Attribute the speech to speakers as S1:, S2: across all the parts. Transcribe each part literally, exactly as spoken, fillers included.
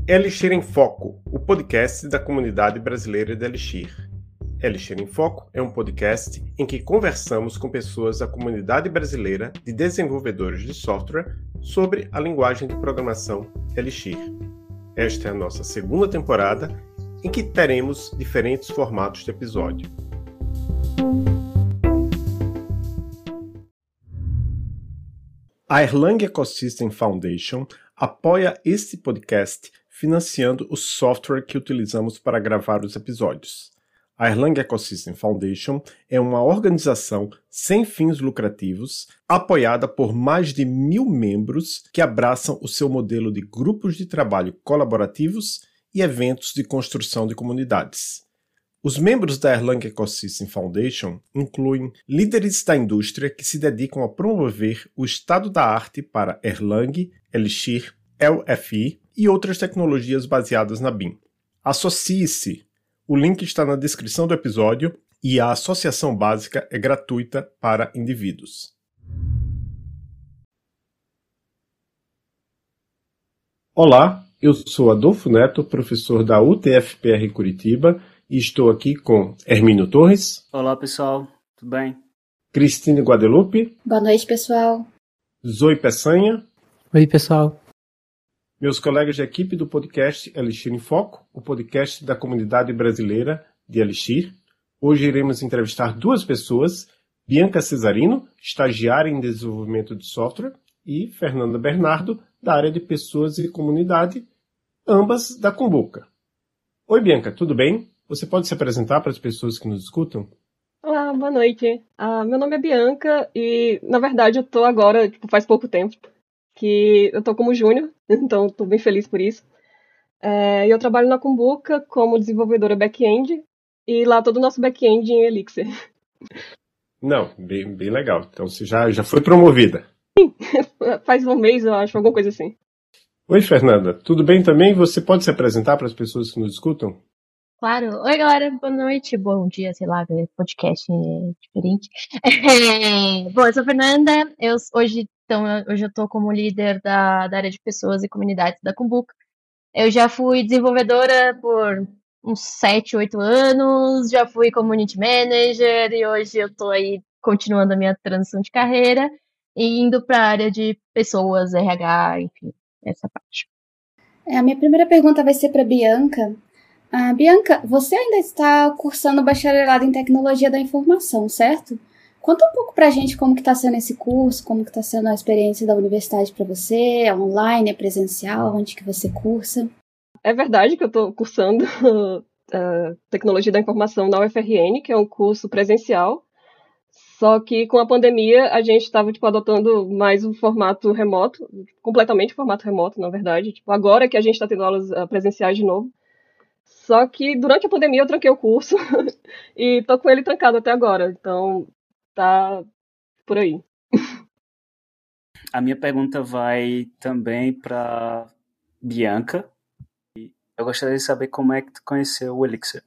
S1: Elixir em Foco, o podcast da comunidade brasileira de Elixir. Elixir em Foco é um podcast em que conversamos com pessoas da comunidade brasileira de desenvolvedores de software sobre a linguagem de programação Elixir. Esta é a nossa segunda temporada, em que teremos diferentes formatos de episódio. A Erlang Ecosystem Foundation apoia este podcast financiando o software que utilizamos para gravar os episódios. A Erlang Ecosystem Foundation é uma organização sem fins lucrativos, apoiada por mais de mil membros que abraçam o seu modelo de grupos de trabalho colaborativos e eventos de construção de comunidades. Os membros da Erlang Ecosystem Foundation incluem líderes da indústria que se dedicam a promover o estado da arte para Erlang, Elixir, L F I e outras tecnologias baseadas na B I M. Associe-se! O link está na descrição do episódio e a associação básica é gratuita para indivíduos. Olá, eu sou Adolfo Neto, professor da U T F P R Curitiba, e estou aqui com Hermínio Torres.
S2: Olá, pessoal. Tudo bem?
S1: Cristine Guadalupe.
S3: Boa noite, pessoal.
S1: Zoe Peçanha.
S4: Oi, pessoal.
S1: Meus colegas de equipe do podcast Elixir em Foco, o podcast da comunidade brasileira de Elixir. Hoje iremos entrevistar duas pessoas, Bianca Cesarino, estagiária em desenvolvimento de software, e Fernanda Bernardo, da área de pessoas e comunidade, ambas da Cumbuca. Oi, Bianca, tudo bem? Você pode se apresentar para as pessoas que nos escutam?
S5: Olá, boa noite. Ah, meu nome é Bianca e, na verdade, eu tô agora, tipo, faz pouco tempo, que eu tô como júnior, então tô bem feliz por isso. É, eu trabalho na Cumbuca como desenvolvedora back-end e lá todo o nosso back-end em Elixir.
S1: Não, bem, bem legal. Então você já, já foi promovida.
S5: Sim, faz um mês, eu acho, alguma coisa assim.
S1: Oi, Fernanda. Tudo bem também? Você pode se apresentar para as pessoas que nos escutam?
S3: Claro. Oi, galera. Boa noite, bom dia, sei lá, podcast é diferente. É, bom, eu sou a Fernanda. Eu, hoje, então, hoje eu tô como líder da, da área de pessoas e comunidades da Cumbuca. Eu já fui desenvolvedora por uns sete, oito anos, já fui community manager e hoje eu tô aí continuando a minha transição de carreira e indo para a área de pessoas, R H, enfim, essa parte.
S6: É, a minha primeira pergunta vai ser para Bianca. Ah, Bianca, você ainda está cursando bacharelado em tecnologia da informação, certo? Conta um pouco pra gente como que está sendo esse curso, como que está sendo a experiência da universidade para você, é online, é presencial, onde que você cursa?
S5: É verdade que eu estou cursando uh, tecnologia da informação na U F R N, que é um curso presencial, só que com a pandemia a gente estava tipo, adotando mais um formato remoto, completamente formato remoto, na verdade. Tipo, agora que a gente está tendo aulas uh, presenciais de novo. Só que durante a pandemia eu tranquei o curso e tô com ele trancado até agora. Então, tá por aí.
S2: A minha pergunta vai também para Bianca. Eu gostaria de saber como é que tu conheceu o Elixir.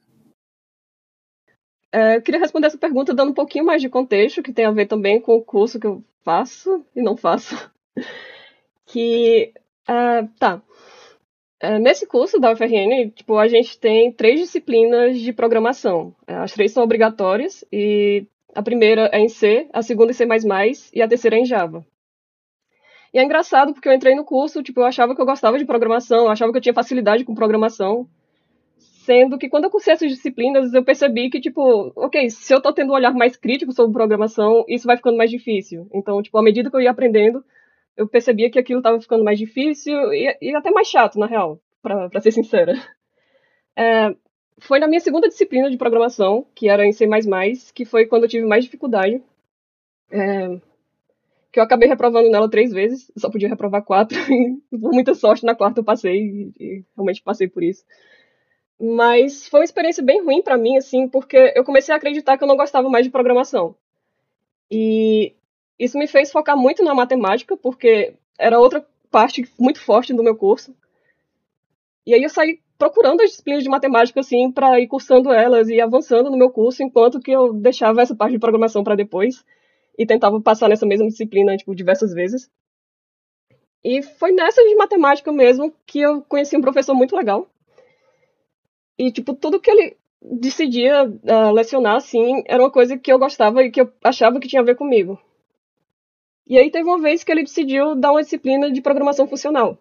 S5: É, eu queria responder essa pergunta dando um pouquinho mais de contexto, que tem a ver também com o curso que eu faço e não faço. Que, uh, tá... É, nesse curso da U F R N, tipo, a gente tem três disciplinas de programação. As três são obrigatórias e a primeira é em C, a segunda em C mais mais e a terceira é em Java. E é engraçado porque eu entrei no curso, tipo, eu achava que eu gostava de programação, eu achava que eu tinha facilidade com programação, sendo que quando eu cursei essas disciplinas eu percebi que, tipo, ok, se eu tô tendo um olhar mais crítico sobre programação, isso vai ficando mais difícil. Então, tipo, à medida que eu ia aprendendo, eu percebia que aquilo estava ficando mais difícil e, e até mais chato, na real, para ser sincera. É, foi na minha segunda disciplina de programação, que era em C mais mais, que foi quando eu tive mais dificuldade, é, que eu acabei reprovando nela três vezes, só podia reprovar quatro, e por muita sorte na quarta eu passei, e, e realmente passei por isso. Mas foi uma experiência bem ruim para mim, assim, porque eu comecei a acreditar que eu não gostava mais de programação. E isso me fez focar muito na matemática, porque era outra parte muito forte do meu curso. E aí eu saí procurando as disciplinas de matemática, assim, para ir cursando elas e avançando no meu curso, enquanto que eu deixava essa parte de programação para depois e tentava passar nessa mesma disciplina, tipo, diversas vezes. E foi nessa de matemática mesmo que eu conheci um professor muito legal. E, tipo, tudo que ele decidia uh, lecionar, assim, era uma coisa que eu gostava e que eu achava que tinha a ver comigo. E aí teve uma vez que ele decidiu dar uma disciplina de programação funcional.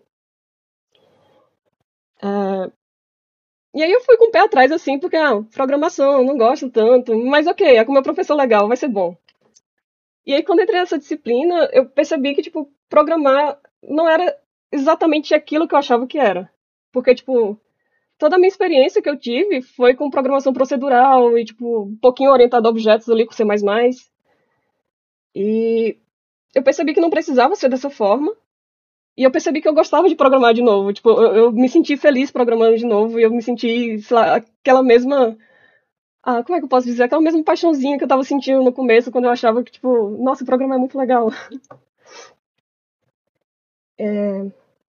S5: Uh, e aí eu fui com o pé atrás, assim, porque, ah, programação, não gosto tanto, mas ok, é com o meu professor legal, vai ser bom. E aí quando eu entrei nessa disciplina, eu percebi que, tipo, programar não era exatamente aquilo que eu achava que era. Porque, tipo, toda a minha experiência que eu tive foi com programação procedural e, tipo, um pouquinho orientado a objetos ali com C mais mais. E eu percebi que não precisava ser dessa forma. E eu percebi que eu gostava de programar de novo. Tipo, eu, eu me senti feliz programando de novo. E eu me senti, sei lá, aquela mesma... Ah, como é que eu posso dizer? Aquela mesma paixãozinha que eu tava sentindo no começo, quando eu achava que, tipo, nossa, programar é muito legal. É...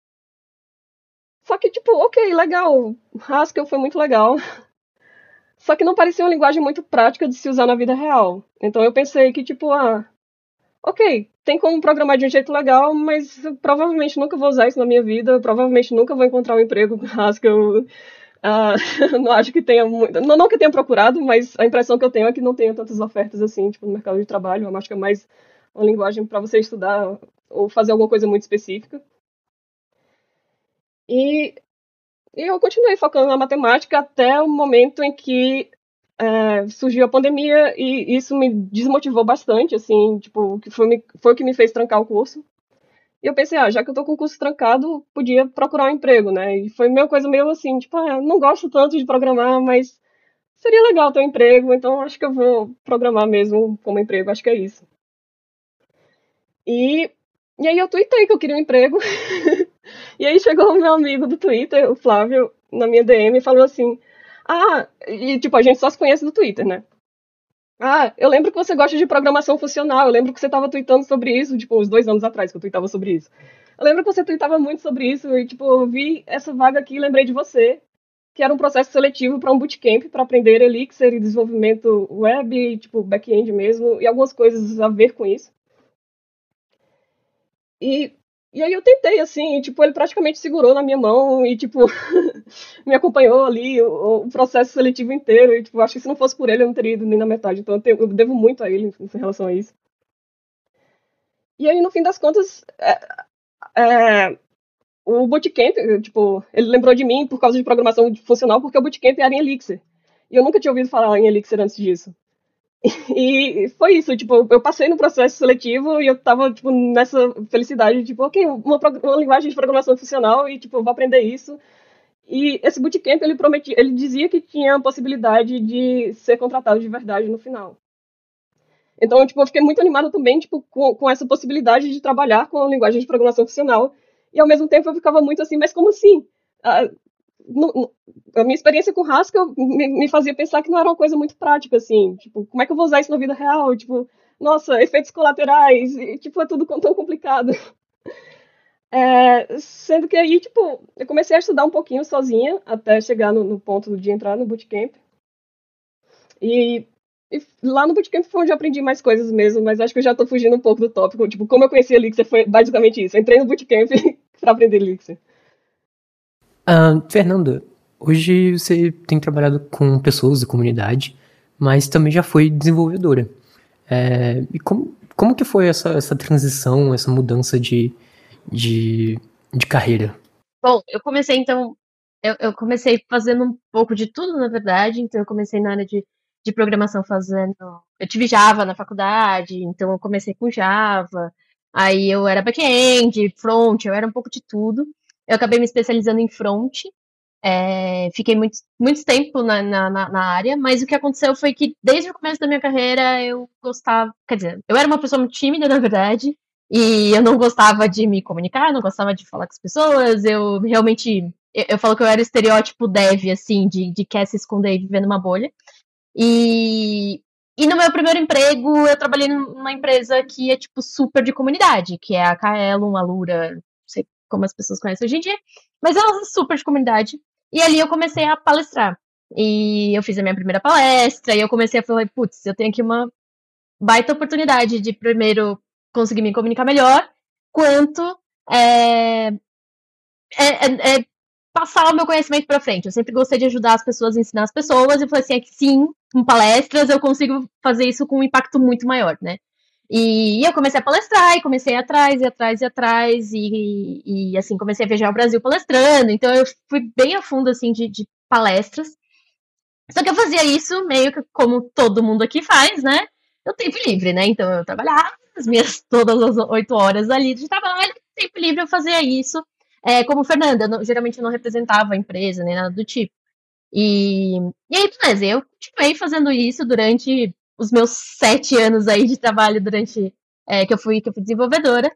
S5: Só que, tipo, ok, legal. Haskell foi muito legal. Só que não parecia uma linguagem muito prática de se usar na vida real. Então eu pensei que, tipo, ah, ok, tem como programar de um jeito legal, mas eu provavelmente nunca vou usar isso na minha vida, eu provavelmente nunca vou encontrar um emprego com Haskell. Ah, não acho que tenha muito. Não, não que eu tenha procurado, mas a impressão que eu tenho é que não tenha tantas ofertas assim, tipo, no mercado de trabalho. Eu acho que é mais uma linguagem para você estudar ou fazer alguma coisa muito específica. E E eu continuei focando na matemática até o momento em que é, surgiu a pandemia e isso me desmotivou bastante, assim, tipo, que foi, foi o que me fez trancar o curso. E eu pensei, ah, já que eu tô com o curso trancado, podia procurar um emprego, né? E foi meio coisa meio assim, tipo, ah, não gosto tanto de programar, mas seria legal ter um emprego, então acho que eu vou programar mesmo como emprego, acho que é isso. E, e aí eu tuitei que eu queria um emprego. E aí chegou o meu amigo do Twitter, o Flávio, na minha D M e falou assim, ah, e tipo, a gente só se conhece do Twitter, né? Ah, eu lembro que você gosta de programação funcional, eu lembro que você estava tweetando sobre isso, tipo, uns dois anos atrás que eu tweetava sobre isso. Eu lembro que você tweetava muito sobre isso e, tipo, eu vi essa vaga aqui e lembrei de você, que era um processo seletivo para um bootcamp para aprender Elixir e desenvolvimento web, tipo, back-end mesmo, e algumas coisas a ver com isso. E E aí eu tentei, assim, e, tipo, ele praticamente segurou na minha mão e, tipo, me acompanhou ali o, o, processo seletivo inteiro. E, tipo, acho que se não fosse por ele, eu não teria ido nem na metade. Então eu, tenho, eu devo muito a ele em relação a isso. E aí, no fim das contas, é, é, o Bootcamp, tipo, ele lembrou de mim por causa de programação funcional, porque o Bootcamp era em Elixir. E eu nunca tinha ouvido falar em Elixir antes disso. E foi isso, tipo, eu passei no processo seletivo e eu tava, tipo, nessa felicidade, tipo, ok, uma, uma linguagem de programação funcional e, tipo, eu vou aprender isso. E esse bootcamp, ele prometia, ele dizia que tinha a possibilidade de ser contratado de verdade no final. Então, tipo, eu fiquei muito animada também, tipo, com, com essa possibilidade de trabalhar com a linguagem de programação funcional. E, ao mesmo tempo, eu ficava muito assim, mas como assim? Ah, no, no, a minha experiência com Haskell me, me fazia pensar que não era uma coisa muito prática, assim. Tipo, como é que eu vou usar isso na vida real? Tipo, nossa, efeitos colaterais, e, tipo, é tudo tão complicado. É, sendo que aí, tipo, eu comecei a estudar um pouquinho sozinha, até chegar no, no ponto de entrar no bootcamp. E, e lá no bootcamp foi onde eu aprendi mais coisas mesmo, mas acho que eu já tô fugindo um pouco do tópico. Tipo, como eu conheci Elixir foi basicamente isso. Eu entrei no bootcamp pra aprender Elixir.
S4: Uh, Fernanda, hoje você tem trabalhado com pessoas da comunidade, mas também já foi desenvolvedora. É, e como, como que foi essa, essa transição, essa mudança de, de, de carreira?
S3: Bom, eu comecei então, eu, eu comecei fazendo um pouco de tudo, na verdade, então eu comecei na área de, de programação fazendo, eu tive Java na faculdade, então eu comecei com Java, aí eu era back-end, front, eu era um pouco de tudo. Eu acabei me especializando em front, é, fiquei muito, muito tempo na, na, na área, mas o que aconteceu foi que desde o começo da minha carreira eu gostava, quer dizer, eu era uma pessoa muito tímida, na verdade, e eu não gostava de me comunicar, não gostava de falar com as pessoas, eu realmente, eu, eu falo que eu era o estereótipo dev, assim, de, de quer se esconder e viver numa bolha, e... E no meu primeiro emprego, eu trabalhei numa empresa que é, tipo, super de comunidade, que é a Kaelon, a Lura, não sei como as pessoas conhecem hoje em dia, mas é uma super de comunidade. E ali eu comecei a palestrar. E eu fiz a minha primeira palestra, e eu comecei a falar, putz, eu tenho aqui uma baita oportunidade de primeiro conseguir me comunicar melhor, quanto é, é, é, é passar o meu conhecimento para frente. Eu sempre gostei de ajudar as pessoas, ensinar as pessoas, e falei assim, é que sim, com palestras eu consigo fazer isso com um impacto muito maior, né? E, e eu comecei a palestrar, e comecei a ir atrás, e atrás, e atrás, e, e assim, comecei a viajar o Brasil palestrando, então eu fui bem a fundo, assim, de, de palestras. Só que eu fazia isso meio que como todo mundo aqui faz, né? Eu tempo livre, né? Então eu trabalhava as minhas todas as oito horas ali de trabalho, tempo livre eu fazia isso. É, como Fernanda, não, geralmente eu não representava a empresa, nem nada do tipo. E, e aí, beleza, eu continuei fazendo isso durante os meus sete anos aí de trabalho, durante é, que, eu fui, que eu fui desenvolvedora.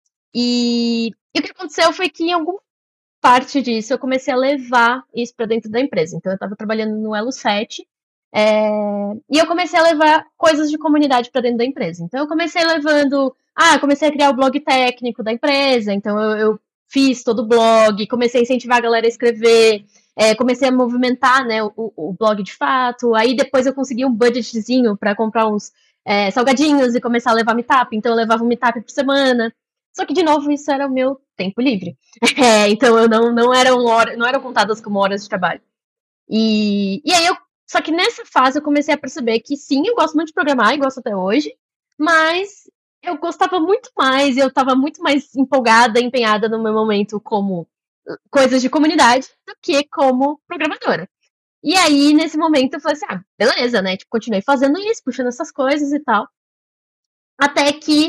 S3: E, e o que aconteceu foi que em alguma parte disso eu comecei a levar isso para dentro da empresa. Então eu estava trabalhando no Elo sete, é, e eu comecei a levar coisas de comunidade para dentro da empresa. Então eu comecei levando, ah, eu comecei a criar o blog técnico da empresa, então eu, eu fiz todo o blog, comecei a incentivar a galera a escrever, é, comecei a movimentar, né, o, o blog de fato. Aí depois eu consegui um budgetzinho para comprar uns é, salgadinhos e começar a levar meetup, então eu levava um meetup por semana. Só que, de novo, isso era o meu tempo livre. É, então eu não, não, eram hora, não eram contadas como horas de trabalho. E, e aí eu. Só que nessa fase eu comecei a perceber que sim, eu gosto muito de programar e gosto até hoje, mas eu gostava muito mais, eu estava muito mais empolgada, empenhada no meu momento como coisas de comunidade do que como programadora. E aí, nesse momento, eu falei assim, ah, beleza, né? Tipo, continuei fazendo isso, puxando essas coisas e tal. Até que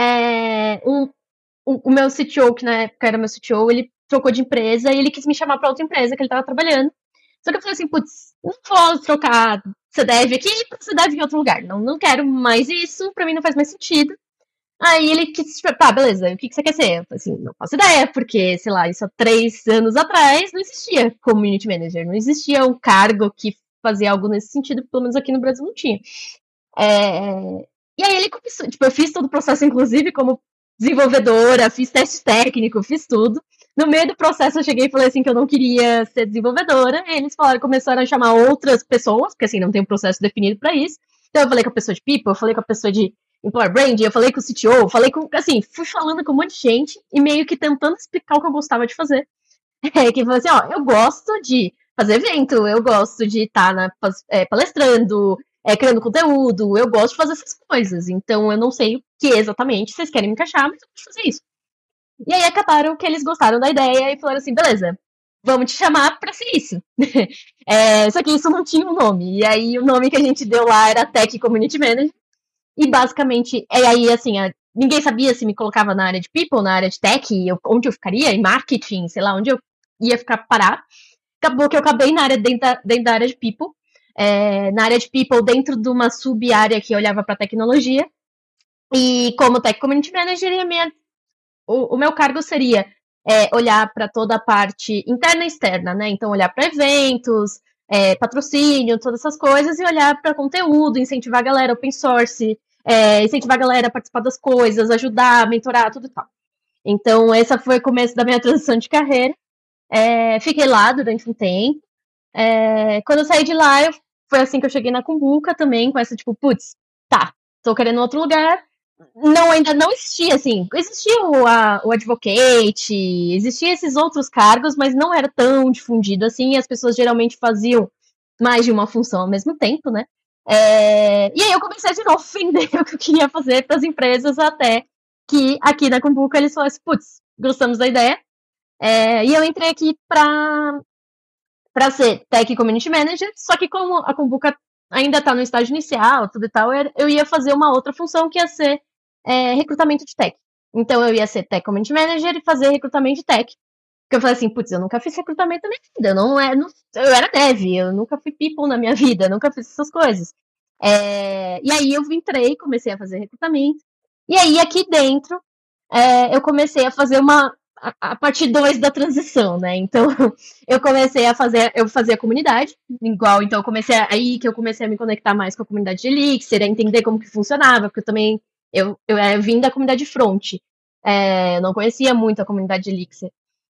S3: é, um, o, o meu C T O, que na época era meu C T O, ele trocou de empresa e ele quis me chamar para outra empresa que ele estava trabalhando. Só que eu falei assim, putz, não vou trocar C D E V aqui para C D E V em outro lugar. Não, não quero mais isso, para mim não faz mais sentido. Aí ele quis, tá, beleza, o que, que você quer ser? Eu falei assim, não faço ideia, porque, sei lá, isso há três anos atrás não existia community manager, não existia um cargo que fazia algo nesse sentido, pelo menos aqui no Brasil não tinha. É... E aí ele começou, tipo, eu fiz todo o processo, inclusive, como desenvolvedora, fiz teste técnico, fiz tudo. No meio do processo eu cheguei e falei assim que eu não queria ser desenvolvedora, e eles falaram, começaram a chamar outras pessoas, porque assim, não tem um processo definido para isso. Então eu falei com a pessoa de people, eu falei com a pessoa de Employer Brand, eu falei com o C T O, eu falei com, assim, fui falando com um monte de gente e meio que tentando explicar o que eu gostava de fazer. É, que falou assim, ó, eu gosto de fazer evento, eu gosto de estar na, é, palestrando, é, criando conteúdo, eu gosto de fazer essas coisas. Então eu não sei o que exatamente vocês querem me encaixar, mas eu gosto de fazer isso. E aí acabaram que eles gostaram da ideia e falaram assim, beleza, vamos te chamar pra ser isso. É, só que isso não tinha um nome. E aí o nome que a gente deu lá era Tech Community Manager. E basicamente, é aí assim, a, ninguém sabia se me colocava na área de people, na área de tech, eu, onde eu ficaria, em marketing, sei lá, onde eu ia ficar parar. Acabou que eu acabei na área, dentro, da, dentro da área de people. É, na área de people, dentro de uma sub-área que olhava para tecnologia. E como Tech Community Manager, a minha, o, o meu cargo seria é, olhar para toda a parte interna e externa, né? Então, olhar para eventos, é, patrocínio, todas essas coisas, e olhar para conteúdo, incentivar a galera, open source, é, incentivar a galera a participar das coisas, ajudar, mentorar, tudo e tal. Então, esse foi o começo da minha transição de carreira. É, fiquei lá durante um tempo. É, quando eu saí de lá, eu, foi assim que eu cheguei na Kumbuka também, com essa tipo, putz, tá, tô querendo outro lugar. Não, ainda não existia, assim, existia o, a, o advocate, existia esses outros cargos, mas não era tão difundido assim, e as pessoas geralmente faziam mais de uma função ao mesmo tempo, né? É, e aí eu comecei de novo a vender o que eu queria fazer para as empresas, até que aqui na Kumbuka eles falaram assim, putz, gostamos da ideia, é, e eu entrei aqui para para ser Tech Community Manager, só que como a Kumbuka ainda está no estágio inicial, tudo e tal, eu ia fazer uma outra função que ia ser é, recrutamento de tech. Então eu ia ser Tech Community Manager e fazer recrutamento de tech. Porque eu falei assim, putz, eu nunca fiz recrutamento na minha vida, eu não é, não, eu era dev, eu nunca fui people na minha vida, eu nunca fiz essas coisas. É, e aí eu entrei, comecei a fazer recrutamento, e aí aqui dentro é, eu comecei a fazer uma a, a parte dois da transição, né? Então eu comecei a fazer, eu fazia a comunidade, igual, então eu comecei a, aí que eu comecei a me conectar mais com a comunidade de Elixir, a entender como que funcionava, porque eu também eu, eu, eu vim da comunidade front, é, não conhecia muito a comunidade de Elixir.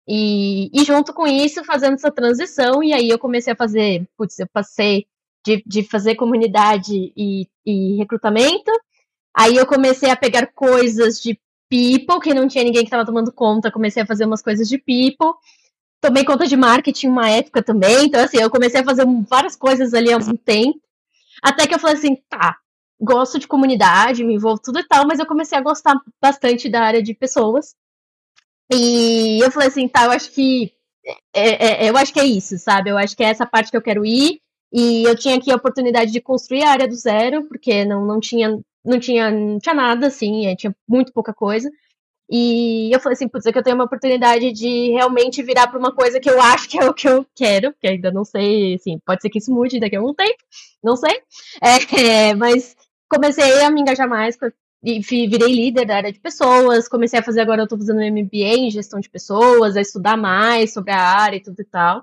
S3: E, e junto com isso, fazendo essa transição, e aí eu comecei a fazer, putz, eu passei de, de fazer comunidade e, e recrutamento, aí eu comecei a pegar coisas de people, que não tinha ninguém que estava tomando conta, comecei a fazer umas coisas de people. Tomei conta de marketing uma época também, então assim, eu comecei a fazer várias coisas ali ao mesmo tempo, até que eu falei assim, tá, gosto de comunidade, me envolvo tudo e tal, mas eu comecei a gostar bastante da área de pessoas, e eu falei assim, tá, eu acho que é, é, eu acho que é isso, sabe, eu acho que é essa parte que eu quero ir, e eu tinha aqui a oportunidade de construir a área do zero, porque não, não tinha, não tinha, não tinha nada, assim, tinha muito pouca coisa, e eu falei assim, putz, é que eu tenho uma oportunidade de realmente virar para uma coisa que eu acho que é o que eu quero, porque ainda não sei, assim, pode ser que isso mude daqui a algum tempo, não sei. É, mas comecei a me engajar mais e virei líder da área de pessoas, comecei a fazer agora, eu estou fazendo um M B A em gestão de pessoas, a estudar mais sobre a área e tudo e tal.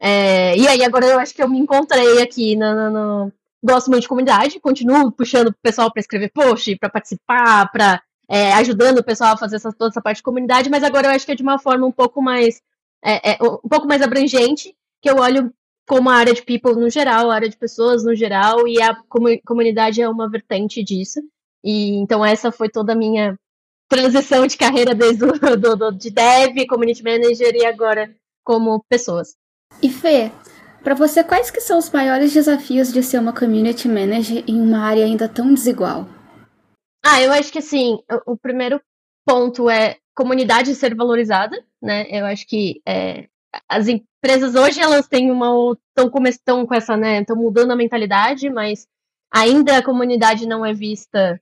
S3: É, e aí agora eu acho que eu me encontrei aqui no, no, no... Gosto muito de comunidade, continuo puxando o pessoal para escrever post, para participar, para É, ajudando o pessoal a fazer essa, toda essa parte de comunidade, mas agora eu acho que é de uma forma um pouco mais é, é, um pouco mais abrangente, que eu olho como a área de people no geral, a área de pessoas no geral, e a comu- comunidade é uma vertente disso. E então essa foi toda a minha transição de carreira desde o do, do, de dev, community manager e agora como pessoas.
S6: E Fê, para você, quais que são os maiores desafios de ser uma community manager em uma área ainda tão desigual?
S3: Ah, eu acho que assim, o, o primeiro ponto é comunidade ser valorizada, né? Eu acho que é, as empresas hoje elas têm uma estão estão com essa, né? Estão mudando a mentalidade, mas ainda a comunidade não é vista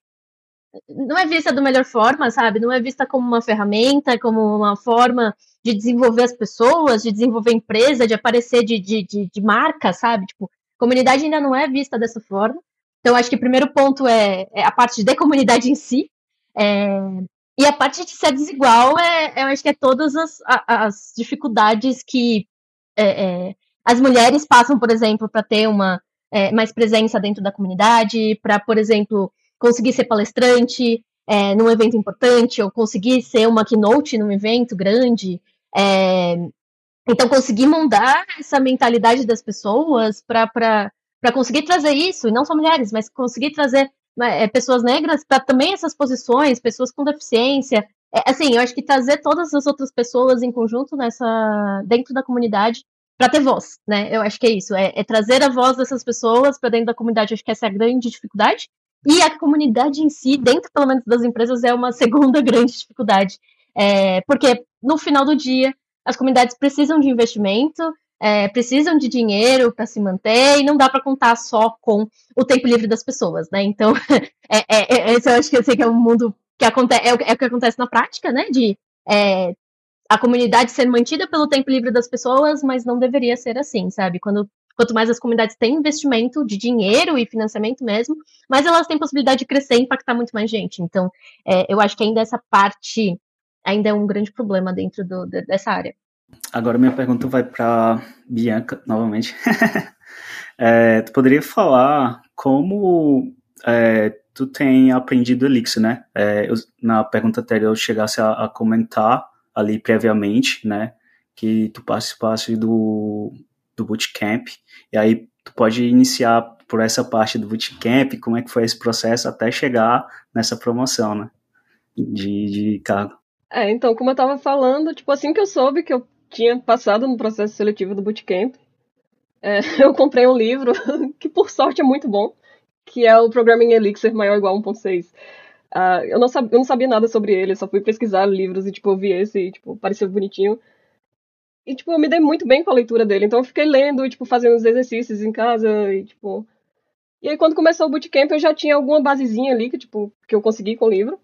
S3: não é vista da melhor forma, sabe? Não é vista como uma ferramenta, como uma forma de desenvolver as pessoas, de desenvolver empresa, de aparecer de, de, de, de marca, sabe? Tipo, comunidade ainda não é vista dessa forma. Então, acho que o primeiro ponto é, é a parte de comunidade em si. É, e a parte de ser desigual, é, eu acho que é todas as, as dificuldades que é, é, as mulheres passam, por exemplo, para ter uma é, mais presença dentro da comunidade, para, por exemplo, conseguir ser palestrante é, num evento importante, ou conseguir ser uma keynote num evento grande. É, então, conseguir mudar essa mentalidade das pessoas para conseguir trazer isso, e não só mulheres, mas conseguir trazer é, pessoas negras para também essas posições, pessoas com deficiência. É, assim, eu acho que trazer todas as outras pessoas em conjunto nessa dentro da comunidade para ter voz, né? Eu acho que é isso, é, é trazer a voz dessas pessoas para dentro da comunidade. Eu acho que essa é a grande dificuldade. E a comunidade em si, dentro pelo menos das empresas, é uma segunda grande dificuldade. É, porque no final do dia, as comunidades precisam de investimento, é, precisam de dinheiro para se manter, e não dá para contar só com o tempo livre das pessoas, né? Então, é, é, é, esse eu acho que eu sei que é um mundo que acontece, é, o, é o que acontece na prática, né? De é, a comunidade ser mantida pelo tempo livre das pessoas, mas não deveria ser assim, sabe? Quando Quanto mais as comunidades têm investimento de dinheiro e financiamento mesmo, mais elas têm possibilidade de crescer e impactar muito mais gente. Então, é, eu acho que ainda essa parte ainda é um grande problema dentro do, dessa área.
S2: Agora minha pergunta vai para Bianca, novamente. é, tu poderia falar como é, tu tem aprendido Elixir, né? É, eu, na pergunta anterior eu chegasse a, a comentar ali previamente, né, que tu participasse do, do Bootcamp, e aí tu pode iniciar por essa parte do Bootcamp, como é que foi esse processo até chegar nessa promoção, né, de, de cargo.
S5: É, então, como eu tava falando, tipo, assim que eu soube que eu tinha passado no processo seletivo do Bootcamp, é, eu comprei um livro, que por sorte é muito bom, que é o Programming Elixir Maior ou Igual a um ponto seis. Uh, eu, não sabia, eu não sabia nada sobre ele, só fui pesquisar livros e, tipo, eu vi esse e, tipo, pareceu bonitinho. E, tipo, eu me dei muito bem com a leitura dele, então eu fiquei lendo e, tipo, fazendo os exercícios em casa e, tipo... E aí, quando começou o Bootcamp, eu já tinha alguma basezinha ali, que, tipo, que eu consegui com o livro.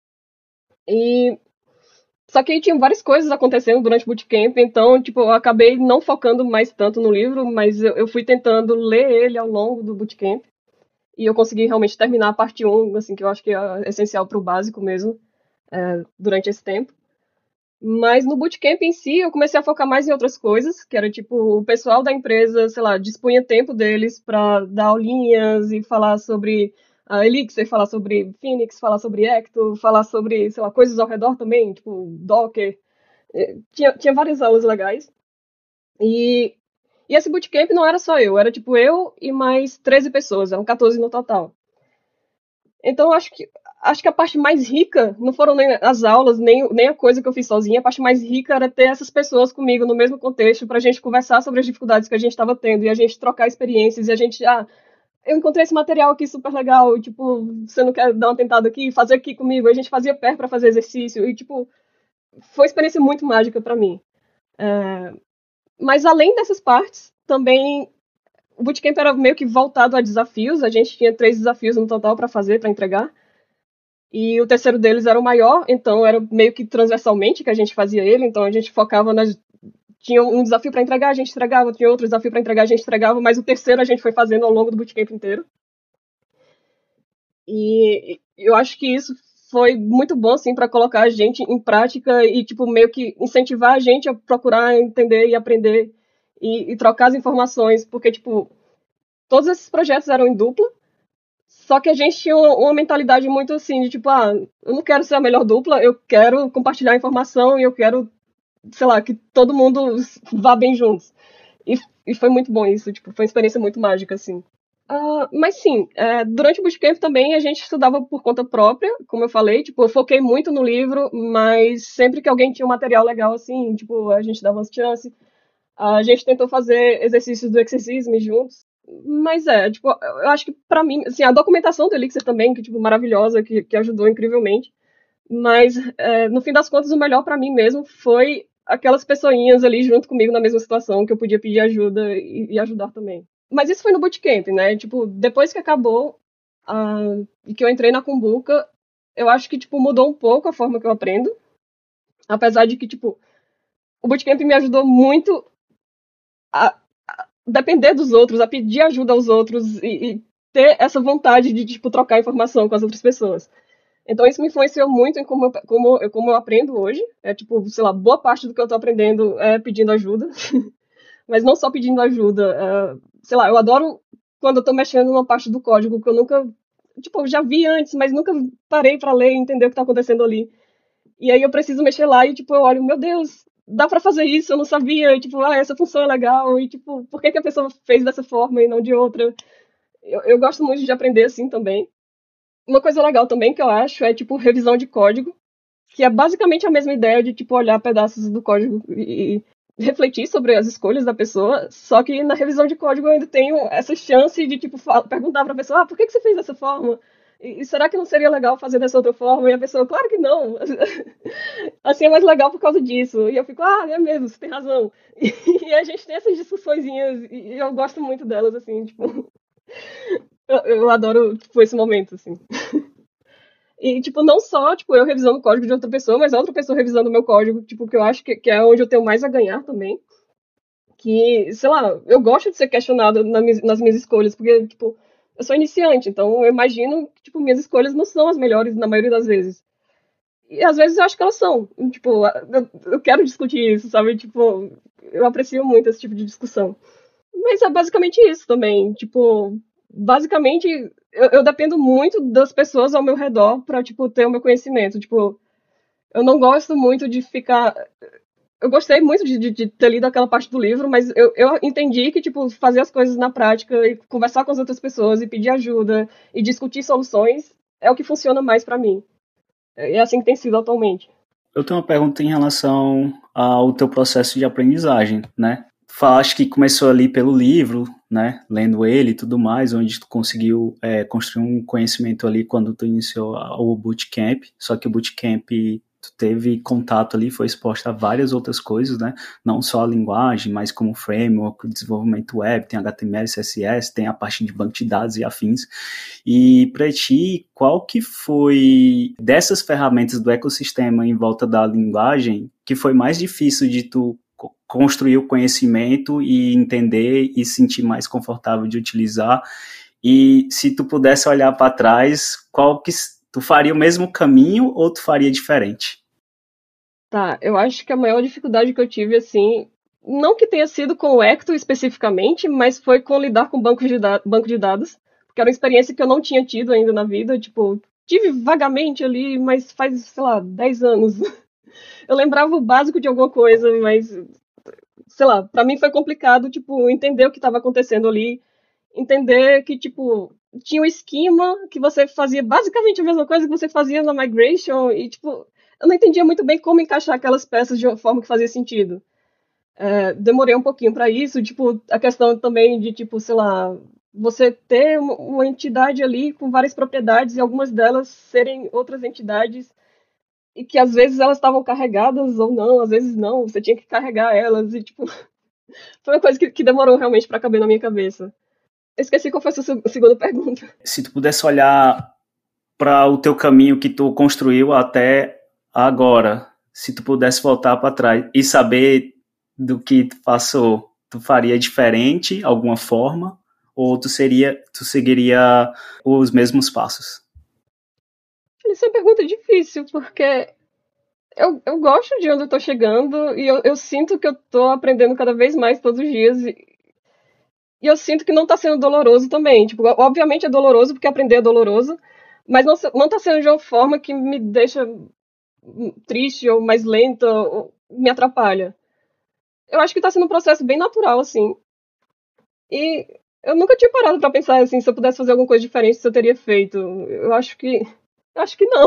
S5: E... Só que aí tinha várias coisas acontecendo durante o Bootcamp, então, tipo, eu acabei não focando mais tanto no livro, mas eu, eu fui tentando ler ele ao longo do Bootcamp. E eu consegui realmente terminar a parte um, assim, que eu acho que é essencial para o básico mesmo, é, durante esse tempo. Mas no Bootcamp em si, eu comecei a focar mais em outras coisas, que era, tipo, o pessoal da empresa, sei lá, dispunha tempo deles para dar aulinhas e falar sobre a Elixir, falar sobre Phoenix, falar sobre Ecto, falar sobre, sei lá, coisas ao redor também, tipo, Docker. Tinha, tinha várias aulas legais. E, e esse Bootcamp não era só eu, era, tipo, eu e mais treze pessoas, eram quatorze no total. Então, eu acho que acho que a parte mais rica não foram nem as aulas, nem, nem a coisa que eu fiz sozinha. A parte mais rica era ter essas pessoas comigo no mesmo contexto, pra gente conversar sobre as dificuldades que a gente estava tendo, e a gente trocar experiências, e a gente, ah, eu encontrei esse material aqui super legal, e, tipo, você não quer dar uma tentada aqui, fazer aqui comigo? A gente fazia pé pra fazer exercício, e, tipo, foi uma experiência muito mágica pra mim. É, mas além dessas partes, também o bootcamp era meio que voltado a desafios. A gente tinha três desafios no total para fazer, para entregar. E o terceiro deles era o maior, então era meio que transversalmente que a gente fazia ele. Então a gente focava nas... Tinha um desafio para entregar, a gente entregava. Tinha outro desafio para entregar, a gente entregava. Mas o terceiro a gente foi fazendo ao longo do bootcamp inteiro. E eu acho que isso foi muito bom, assim, para colocar a gente em prática e, tipo, meio que incentivar a gente a procurar entender e aprender e, e trocar as informações, porque, tipo, todos esses projetos eram em dupla, só que a gente tinha uma, uma mentalidade muito assim, de tipo, ah, eu não quero ser a melhor dupla, eu quero compartilhar informação e eu quero, sei lá, que todo mundo vá bem juntos. E, e foi muito bom isso, tipo, foi uma experiência muito mágica, assim. Uh, mas sim, é, durante o bootcamp também a gente estudava por conta própria, como eu falei, tipo, eu foquei muito no livro, mas sempre que alguém tinha um material legal assim, tipo, a gente dava umas chances, a gente tentou fazer exercícios do Exercisme juntos, mas é, tipo, eu acho que pra mim, assim, a documentação do Elixir também, que, tipo, maravilhosa, que, que ajudou incrivelmente, mas é, no fim das contas o melhor pra mim mesmo foi aquelas pessoinhas ali junto comigo na mesma situação, que eu podia pedir ajuda e, e ajudar também. Mas isso foi no bootcamp, né? Tipo, depois que acabou uh, e que eu entrei na Cumbuca, eu acho que, tipo, mudou um pouco a forma que eu aprendo. Apesar de que, tipo, o bootcamp me ajudou muito a, a depender dos outros, a pedir ajuda aos outros e, e ter essa vontade de, tipo, trocar informação com as outras pessoas. Então isso me influenciou muito em como eu, como, eu, como eu aprendo hoje. É, tipo, sei lá, boa parte do que eu tô aprendendo é pedindo ajuda. Mas não só pedindo ajuda. É, sei lá, eu adoro quando eu tô mexendo numa parte do código que eu nunca, tipo, eu já vi antes, mas nunca parei pra ler e entender o que tá acontecendo ali. E aí eu preciso mexer lá e, tipo, eu olho, meu Deus, dá pra fazer isso, eu não sabia. E, tipo, ah, essa função é legal. E, tipo, por que que a pessoa fez dessa forma e não de outra? Eu, eu gosto muito de aprender assim também. Uma coisa legal também que eu acho é, tipo, revisão de código, que é basicamente a mesma ideia de, tipo, olhar pedaços do código e refletir sobre as escolhas da pessoa, só que na revisão de código eu ainda tenho essa chance de, tipo, perguntar pra pessoa, ah, por que que você fez dessa forma? E, e será que não seria legal fazer dessa outra forma? E a pessoa, claro que não. Assim é mais legal por causa disso. E eu fico, ah, é mesmo, você tem razão. E, e a gente tem essas discussõezinhas, e eu gosto muito delas, assim, tipo... eu, eu adoro, tipo, esse momento, assim. E, tipo, não só, tipo, eu revisando o código de outra pessoa, mas a outra pessoa revisando o meu código, tipo, que eu acho que, que é onde eu tenho mais a ganhar também. Que, sei lá, eu gosto de ser questionada na, nas minhas escolhas, porque, tipo, eu sou iniciante, então eu imagino que, tipo, minhas escolhas não são as melhores na maioria das vezes. E às vezes eu acho que elas são. Tipo, eu, eu quero discutir isso, sabe? Tipo, eu aprecio muito esse tipo de discussão. Mas é basicamente isso também. Tipo, basicamente, eu, eu dependo muito das pessoas ao meu redor pra, tipo, ter o meu conhecimento. Tipo, eu não gosto muito de ficar... Eu gostei muito de, de, de ter lido aquela parte do livro, mas eu, eu entendi que, tipo, fazer as coisas na prática e conversar com as outras pessoas e pedir ajuda e discutir soluções é o que funciona mais pra mim. É assim que tem sido atualmente.
S2: Eu tenho uma pergunta em relação ao teu processo de aprendizagem, né? Falaste que começou ali pelo livro, né? Lendo ele e tudo mais, onde tu conseguiu é, construir um conhecimento ali quando tu iniciou o bootcamp, só que o bootcamp tu teve contato ali, foi exposto a várias outras coisas, né? Não só a linguagem, mas como framework, desenvolvimento web, tem H T M L, C S S, tem a parte de banco de dados e afins. E para ti, qual que foi dessas ferramentas do ecossistema em volta da linguagem que foi mais difícil de tu construir o conhecimento e entender e sentir mais confortável de utilizar? E se tu pudesse olhar para trás, qual que tu faria o mesmo caminho ou tu faria diferente?
S5: Tá, eu acho que a maior dificuldade que eu tive, assim, não que tenha sido com o Ecto especificamente, mas foi com lidar com banco de, da- banco de dados, porque era uma experiência que eu não tinha tido ainda na vida, tipo, tive vagamente ali, mas faz, sei lá, dez anos. Eu lembrava o básico de alguma coisa, mas, sei lá, pra mim foi complicado, tipo, entender o que estava acontecendo ali, entender que, tipo, tinha um esquema que você fazia basicamente a mesma coisa que você fazia na Migration, e, tipo, eu não entendia muito bem como encaixar aquelas peças de uma forma que fazia sentido. É, demorei um pouquinho para isso, tipo, a questão também de, tipo, sei lá, você ter uma, uma entidade ali com várias propriedades e algumas delas serem outras entidades e que às vezes elas estavam carregadas ou não, às vezes não, você tinha que carregar elas e, tipo, foi uma coisa que, que demorou realmente para caber na minha cabeça. Eu esqueci qual foi a sua segunda pergunta.
S2: Se tu pudesse olhar para o teu caminho que tu construiu até agora, se tu pudesse voltar para trás e saber do que tu passou, tu faria diferente, alguma forma, ou tu seria, tu seguiria os mesmos passos?
S5: Isso é uma pergunta difícil, porque eu, eu gosto de onde eu tô chegando e eu, eu sinto que eu tô aprendendo cada vez mais todos os dias e, e eu sinto que não tá sendo doloroso também. Tipo, obviamente é doloroso porque aprender é doloroso, mas não, não tá sendo de uma forma que me deixa triste ou mais lenta ou me atrapalha. Eu acho que tá sendo um processo bem natural, assim. E eu nunca tinha parado pra pensar, assim, se eu pudesse fazer alguma coisa diferente, se eu teria feito. Eu acho que... Eu acho que não.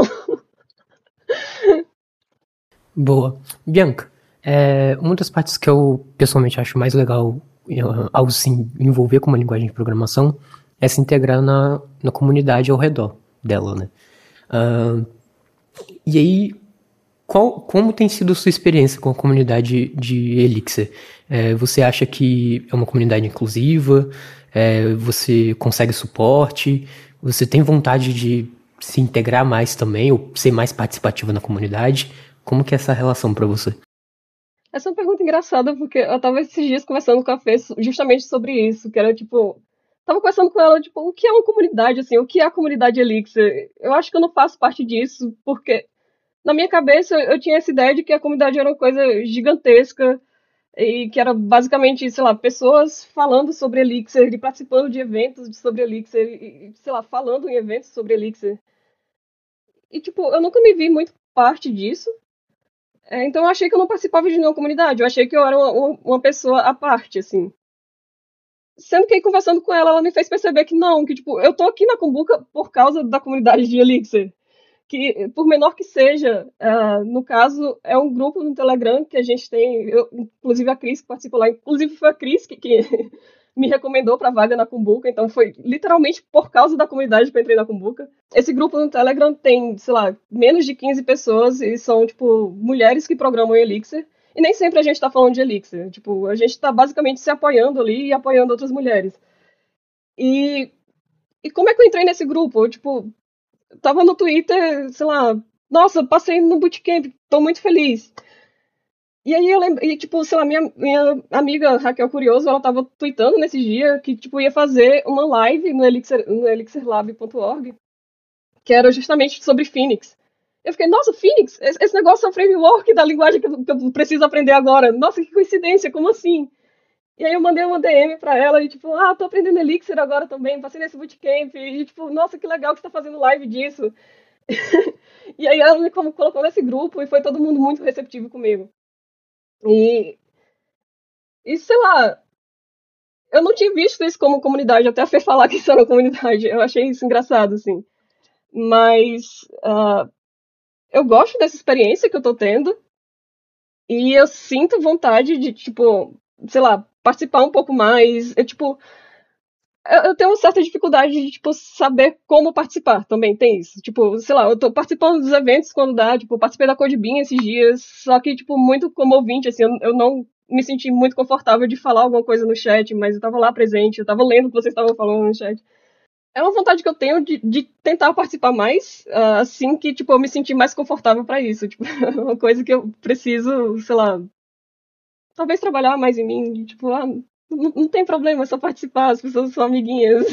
S4: Boa. Bianca, é, uma das partes que eu pessoalmente acho mais legal ao se envolver com uma linguagem de programação é se integrar na, na comunidade ao redor dela, né? Uh, e aí, qual, como tem sido a sua experiência com a comunidade de Elixir? É, você acha que é uma comunidade inclusiva? É, você consegue suporte? Você tem vontade de se integrar mais também, ou ser mais participativa na comunidade? Como que é essa relação para você?
S5: Essa é uma pergunta engraçada, porque eu tava esses dias conversando com a Fê justamente sobre isso, que era, tipo... Tava conversando com ela, tipo, o que é uma comunidade, assim? O que é a comunidade Elixir? Eu acho que eu não faço parte disso, porque... Na minha cabeça, eu tinha essa ideia de que a comunidade era uma coisa gigantesca e que era basicamente, sei lá, pessoas falando sobre Elixir e participando de eventos sobre Elixir e, sei lá, falando em eventos sobre Elixir. E, tipo, eu nunca me vi muito parte disso. É, então eu achei que eu não participava de nenhuma comunidade. Eu achei que eu era uma, uma pessoa à parte, assim. Sendo que aí, conversando com ela, ela me fez perceber que não, que, tipo, eu tô aqui na Cumbuca por causa da comunidade de Elixir. Que, por menor que seja, uh, no caso, é um grupo no Telegram que a gente tem, eu, inclusive a Cris que participou lá, inclusive foi a Cris que, que me recomendou para a vaga na Cumbuca, então foi literalmente por causa da comunidade que eu entrei na Cumbuca. Esse grupo no Telegram tem, sei lá, menos de quinze pessoas e são, tipo, mulheres que programam em Elixir, e nem sempre a gente tá falando de Elixir, tipo, a gente tá basicamente se apoiando ali e apoiando outras mulheres. E, e como é que eu entrei nesse grupo? Eu, tipo, tava no Twitter, sei lá, nossa, passei no bootcamp, tô muito feliz. E aí eu lembro, e tipo, sei lá, minha, minha amiga Raquel Curioso, ela tava tweetando nesse dia que, tipo, ia fazer uma live no elixir, no elixir lab ponto org, que era justamente sobre Phoenix. Eu fiquei, nossa, Phoenix, esse, esse negócio é um framework da linguagem que eu, que eu preciso aprender agora. Nossa, que coincidência, como assim? E aí eu mandei uma D M pra ela e, tipo, ah, tô aprendendo Elixir agora também, passei nesse bootcamp. E, tipo, nossa, que legal que você tá fazendo live disso. E aí ela me colocou nesse grupo e foi todo mundo muito receptivo comigo. E, e sei lá, eu não tinha visto isso como comunidade, até a Fê falar que isso era uma comunidade. Eu achei isso engraçado, assim. Mas uh, eu gosto dessa experiência que eu tô tendo. E eu sinto vontade de, tipo, sei lá, participar um pouco mais. Eu, tipo, eu tenho uma certa dificuldade de, tipo, saber como participar, também tem isso. Tipo, sei lá, eu tô participando dos eventos quando dá, tipo, participei da Codebin esses dias, só que, tipo, muito como ouvinte, assim, eu, eu não me senti muito confortável de falar alguma coisa no chat, mas eu tava lá presente, eu tava lendo o que vocês estavam falando no chat. É uma vontade que eu tenho de, de tentar participar mais, uh, assim que, tipo, eu me sentir mais confortável pra isso. Tipo, é uma coisa que eu preciso, sei lá, talvez trabalhar mais em mim, de, tipo, ah, não, não tem problema, é só participar, as pessoas são amiguinhas.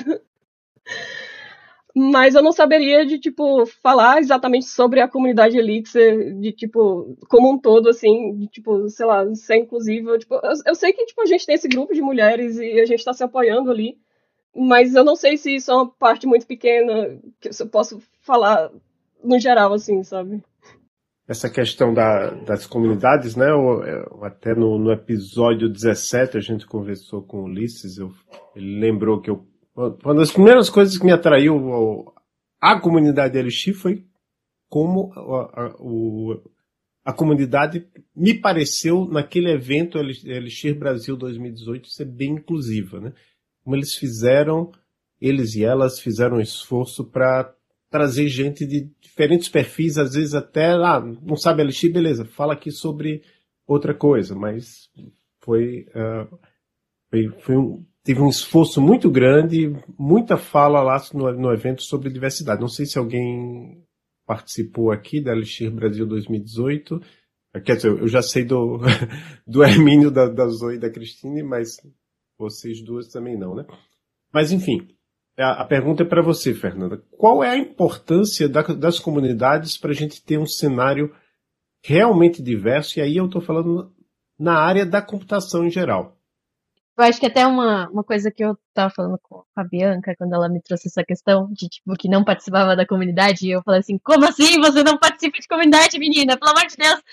S5: Mas eu não saberia de, tipo, falar exatamente sobre a comunidade Elixir, de, tipo, como um todo, assim, de, tipo, sei lá, ser inclusiva. Tipo, eu, eu sei que, tipo, a gente tem esse grupo de mulheres e a gente tá se apoiando ali, mas eu não sei se isso é uma parte muito pequena que eu posso falar no geral, assim, sabe?
S1: Essa questão da, das comunidades, né? Eu, eu, até no, no episódio dezessete a gente conversou com o Ulisses, eu, ele lembrou que eu uma das primeiras coisas que me atraiu à comunidade Elixir foi como a, a, o, a comunidade me pareceu, naquele evento Elixir Brasil dois mil e dezoito, ser bem inclusiva, né? Como eles fizeram, eles e elas fizeram um esforço para trazer gente de diferentes perfis, às vezes até, ah, não sabe Elixir, beleza, fala aqui sobre outra coisa, mas foi, uh, foi, foi um, teve um esforço muito grande, muita fala lá no, no evento sobre diversidade. Não sei se alguém participou aqui da Elixir Brasil dois mil e dezoito, quer dizer, eu já sei do, do Hermínio, da, da Zoe e da Cristine, mas vocês duas também não, né? Mas enfim, a, a pergunta é para você, Fernanda. Qual é a importância da, das comunidades para a gente ter um cenário realmente diverso? E aí eu estou falando na área da computação em geral.
S3: Eu acho que até uma, uma coisa que eu estava falando com a Bianca, quando ela me trouxe essa questão de, tipo, que não participava da comunidade, e eu falei assim, como assim você não participa de comunidade, menina? Pelo amor de Deus!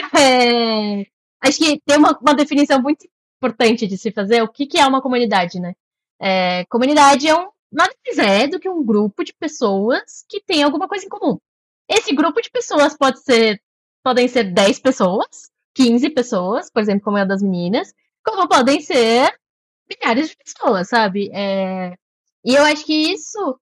S3: É, acho que tem uma, uma definição muito importante de se fazer, o que, que é uma comunidade, né? É, comunidade é um, nada mais é do que um grupo de pessoas que tem alguma coisa em comum. Esse grupo de pessoas pode ser, podem ser dez pessoas, quinze pessoas, por exemplo, como é a das meninas, como podem ser milhares de pessoas, sabe? É, e eu acho que isso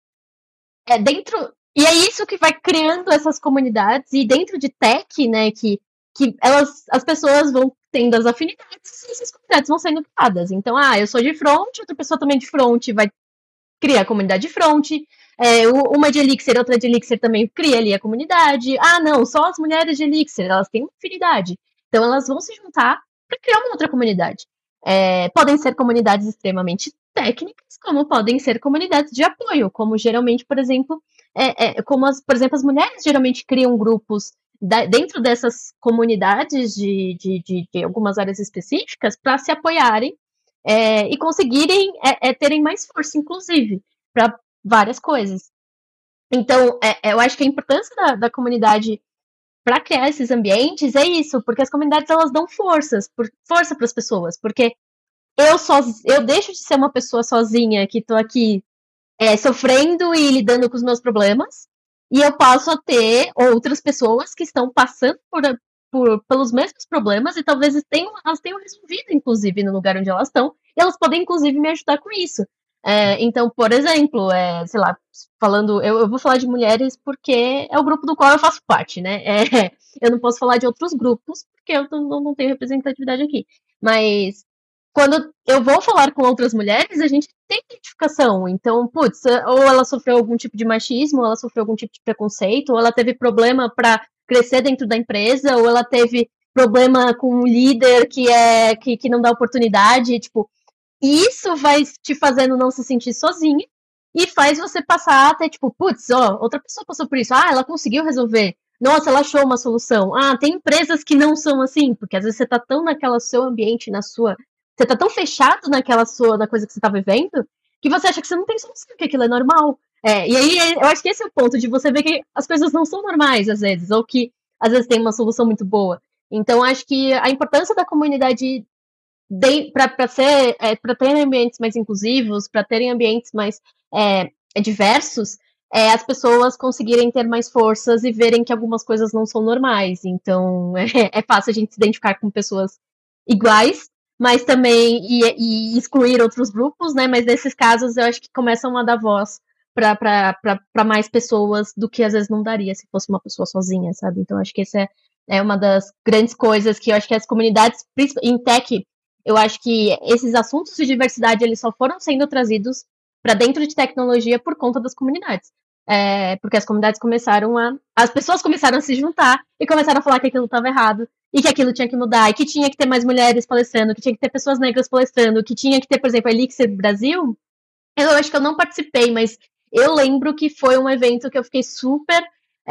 S3: é dentro. E é isso que vai criando essas comunidades, e dentro de tech, né, que, que elas, as pessoas vão tendo as afinidades e essas comunidades vão sendo criadas. Então, ah, eu sou de front, outra pessoa também de front vai criar a comunidade de front. É, uma de Elixir, outra de Elixir também cria ali a comunidade. Ah, não, só as mulheres de Elixir, elas têm uma afinidade. Então, elas vão se juntar para criar uma outra comunidade. É, podem ser comunidades extremamente técnicas, como podem ser comunidades de apoio, como geralmente, por exemplo, é, é, como as, por exemplo, as mulheres geralmente criam grupos da, dentro dessas comunidades de, de, de, de algumas áreas específicas para se apoiarem é, e conseguirem é, é, terem mais força, inclusive, para várias coisas. Então, é, eu acho que a importância da, da comunidade para criar esses ambientes é isso, porque as comunidades elas dão forças, por, força para as pessoas, porque eu só eu deixo de ser uma pessoa sozinha que estou aqui é, sofrendo e lidando com os meus problemas, e eu passo a ter outras pessoas que estão passando por, por pelos mesmos problemas e talvez tenham, elas tenham resolvido, inclusive, no lugar onde elas estão, e elas podem, inclusive, me ajudar com isso. É, então, por exemplo, é, sei lá, falando, eu, eu vou falar de mulheres porque é o grupo do qual eu faço parte, né? É, eu não posso falar de outros grupos porque eu não, não tenho representatividade aqui. Mas quando eu vou falar com outras mulheres, a gente tem identificação. Então, putz, ou ela sofreu algum tipo de machismo, ou ela sofreu algum tipo de preconceito, ou ela teve problema para crescer dentro da empresa, ou ela teve problema com um líder que é que, que não dá oportunidade, tipo. E isso vai te fazendo não se sentir sozinha e faz você passar até, tipo, putz, ó, outra pessoa passou por isso. Ah, ela conseguiu resolver. Nossa, ela achou uma solução. Ah, tem empresas que não são assim, porque às vezes você tá tão naquela seu ambiente, na sua... Você tá tão fechado naquela sua, na coisa que você tá vivendo, que você acha que você não tem solução, que aquilo é normal. É, e aí, eu acho que esse é o ponto de você ver que as coisas não são normais, às vezes, ou que às vezes tem uma solução muito boa. Então, acho que a importância da comunidade para ser é, para terem ambientes mais inclusivos, para terem ambientes mais é, diversos, é, as pessoas conseguirem ter mais forças e verem que algumas coisas não são normais. Então é, é fácil a gente se identificar com pessoas iguais, mas também e, e excluir outros grupos, né? Mas nesses casos eu acho que começam a dar voz para mais pessoas do que às vezes não daria se fosse uma pessoa sozinha, sabe? Então acho que essa é, é uma das grandes coisas que eu acho que as comunidades em tech, eu acho que esses assuntos de diversidade eles só foram sendo trazidos para dentro de tecnologia por conta das comunidades. É, porque as comunidades começaram a... As pessoas começaram a se juntar e começaram a falar que aquilo estava errado e que aquilo tinha que mudar e que tinha que ter mais mulheres palestrando, que tinha que ter pessoas negras palestrando, que tinha que ter, por exemplo, a Elixir Brasil. Eu acho que eu não participei, mas eu lembro que foi um evento que eu fiquei super...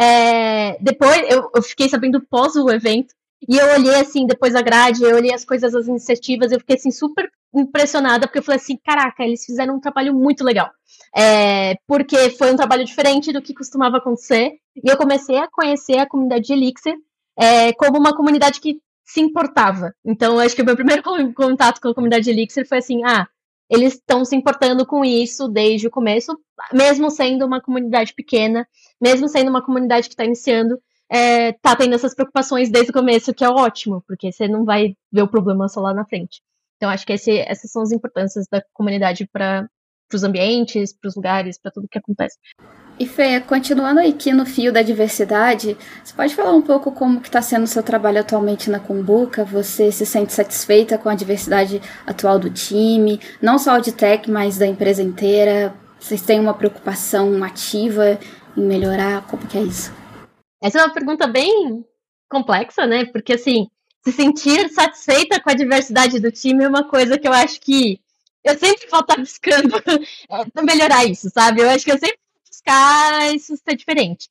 S3: É, depois, eu, eu fiquei sabendo pós o evento, e eu olhei, assim, depois da grade, eu olhei as coisas, as iniciativas, eu fiquei, assim, super impressionada, porque eu falei assim, caraca, eles fizeram um trabalho muito legal. É, porque foi um trabalho diferente do que costumava acontecer, e eu comecei a conhecer a comunidade de Elixir é, como uma comunidade que se importava. Então, eu acho que o meu primeiro contato com a comunidade de Elixir foi assim, ah, eles estão se importando com isso desde o começo, mesmo sendo uma comunidade pequena, mesmo sendo uma comunidade que está iniciando, é, tá tendo essas preocupações desde o começo, que é ótimo, porque você não vai ver o problema só lá na frente. Então, acho que esse, essas são as importâncias da comunidade para os ambientes, para os lugares, para tudo que acontece.
S6: E Fê, continuando aqui no fio da diversidade, você pode falar um pouco como que está sendo o seu trabalho atualmente na Cumbuca? Você se sente satisfeita com a diversidade atual do time? Não só o de tech, mas da empresa inteira? Vocês têm uma preocupação ativa em melhorar? Como que é isso?
S3: Essa é uma pergunta bem complexa, né? Porque, assim, se sentir satisfeita com a diversidade do time é uma coisa que eu acho que eu sempre vou estar buscando melhorar isso, sabe? Eu acho que eu sempre buscar isso ser diferente.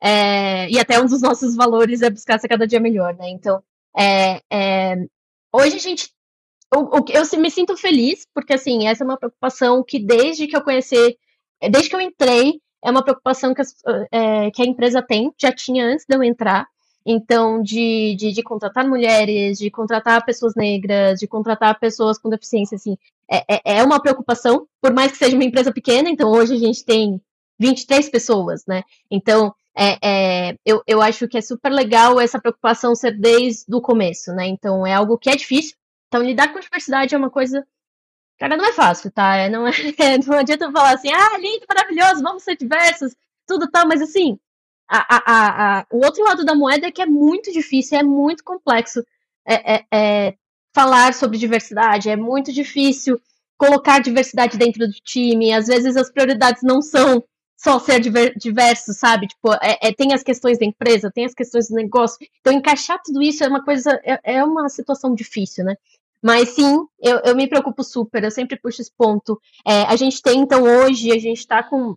S3: É, e até um dos nossos valores é buscar ser cada dia melhor, né? Então, é, é, hoje a gente. Eu, eu me sinto feliz, porque assim, essa é uma preocupação que desde que eu conheci, desde que eu entrei, é uma preocupação que, as, é, que a empresa tem, já tinha antes de eu entrar. Então, de, de, de contratar mulheres, de contratar pessoas negras, de contratar pessoas com deficiência, assim, é, é uma preocupação, por mais que seja uma empresa pequena. Então, hoje a gente tem vinte e três pessoas, né? Então, é, é, eu, eu acho que é super legal essa preocupação ser desde o começo, né? Então, é algo que é difícil. Então, lidar com diversidade é uma coisa... Cara, não é fácil, tá? Não, é, não adianta eu falar assim, ah, lindo, maravilhoso, vamos ser diversos, tudo tal, mas assim, a, a, a, o outro lado da moeda é que é muito difícil, é muito complexo é, é, é, falar sobre diversidade, é muito difícil colocar diversidade dentro do time, às vezes as prioridades não são só ser diver, diverso, sabe? Tipo, é, é, tem as questões da empresa, tem as questões do negócio, então encaixar tudo isso é uma coisa, é, é uma situação difícil, né? Mas sim, eu, eu me preocupo super, eu sempre puxo esse ponto. É, a gente tem, então, hoje, a gente está com,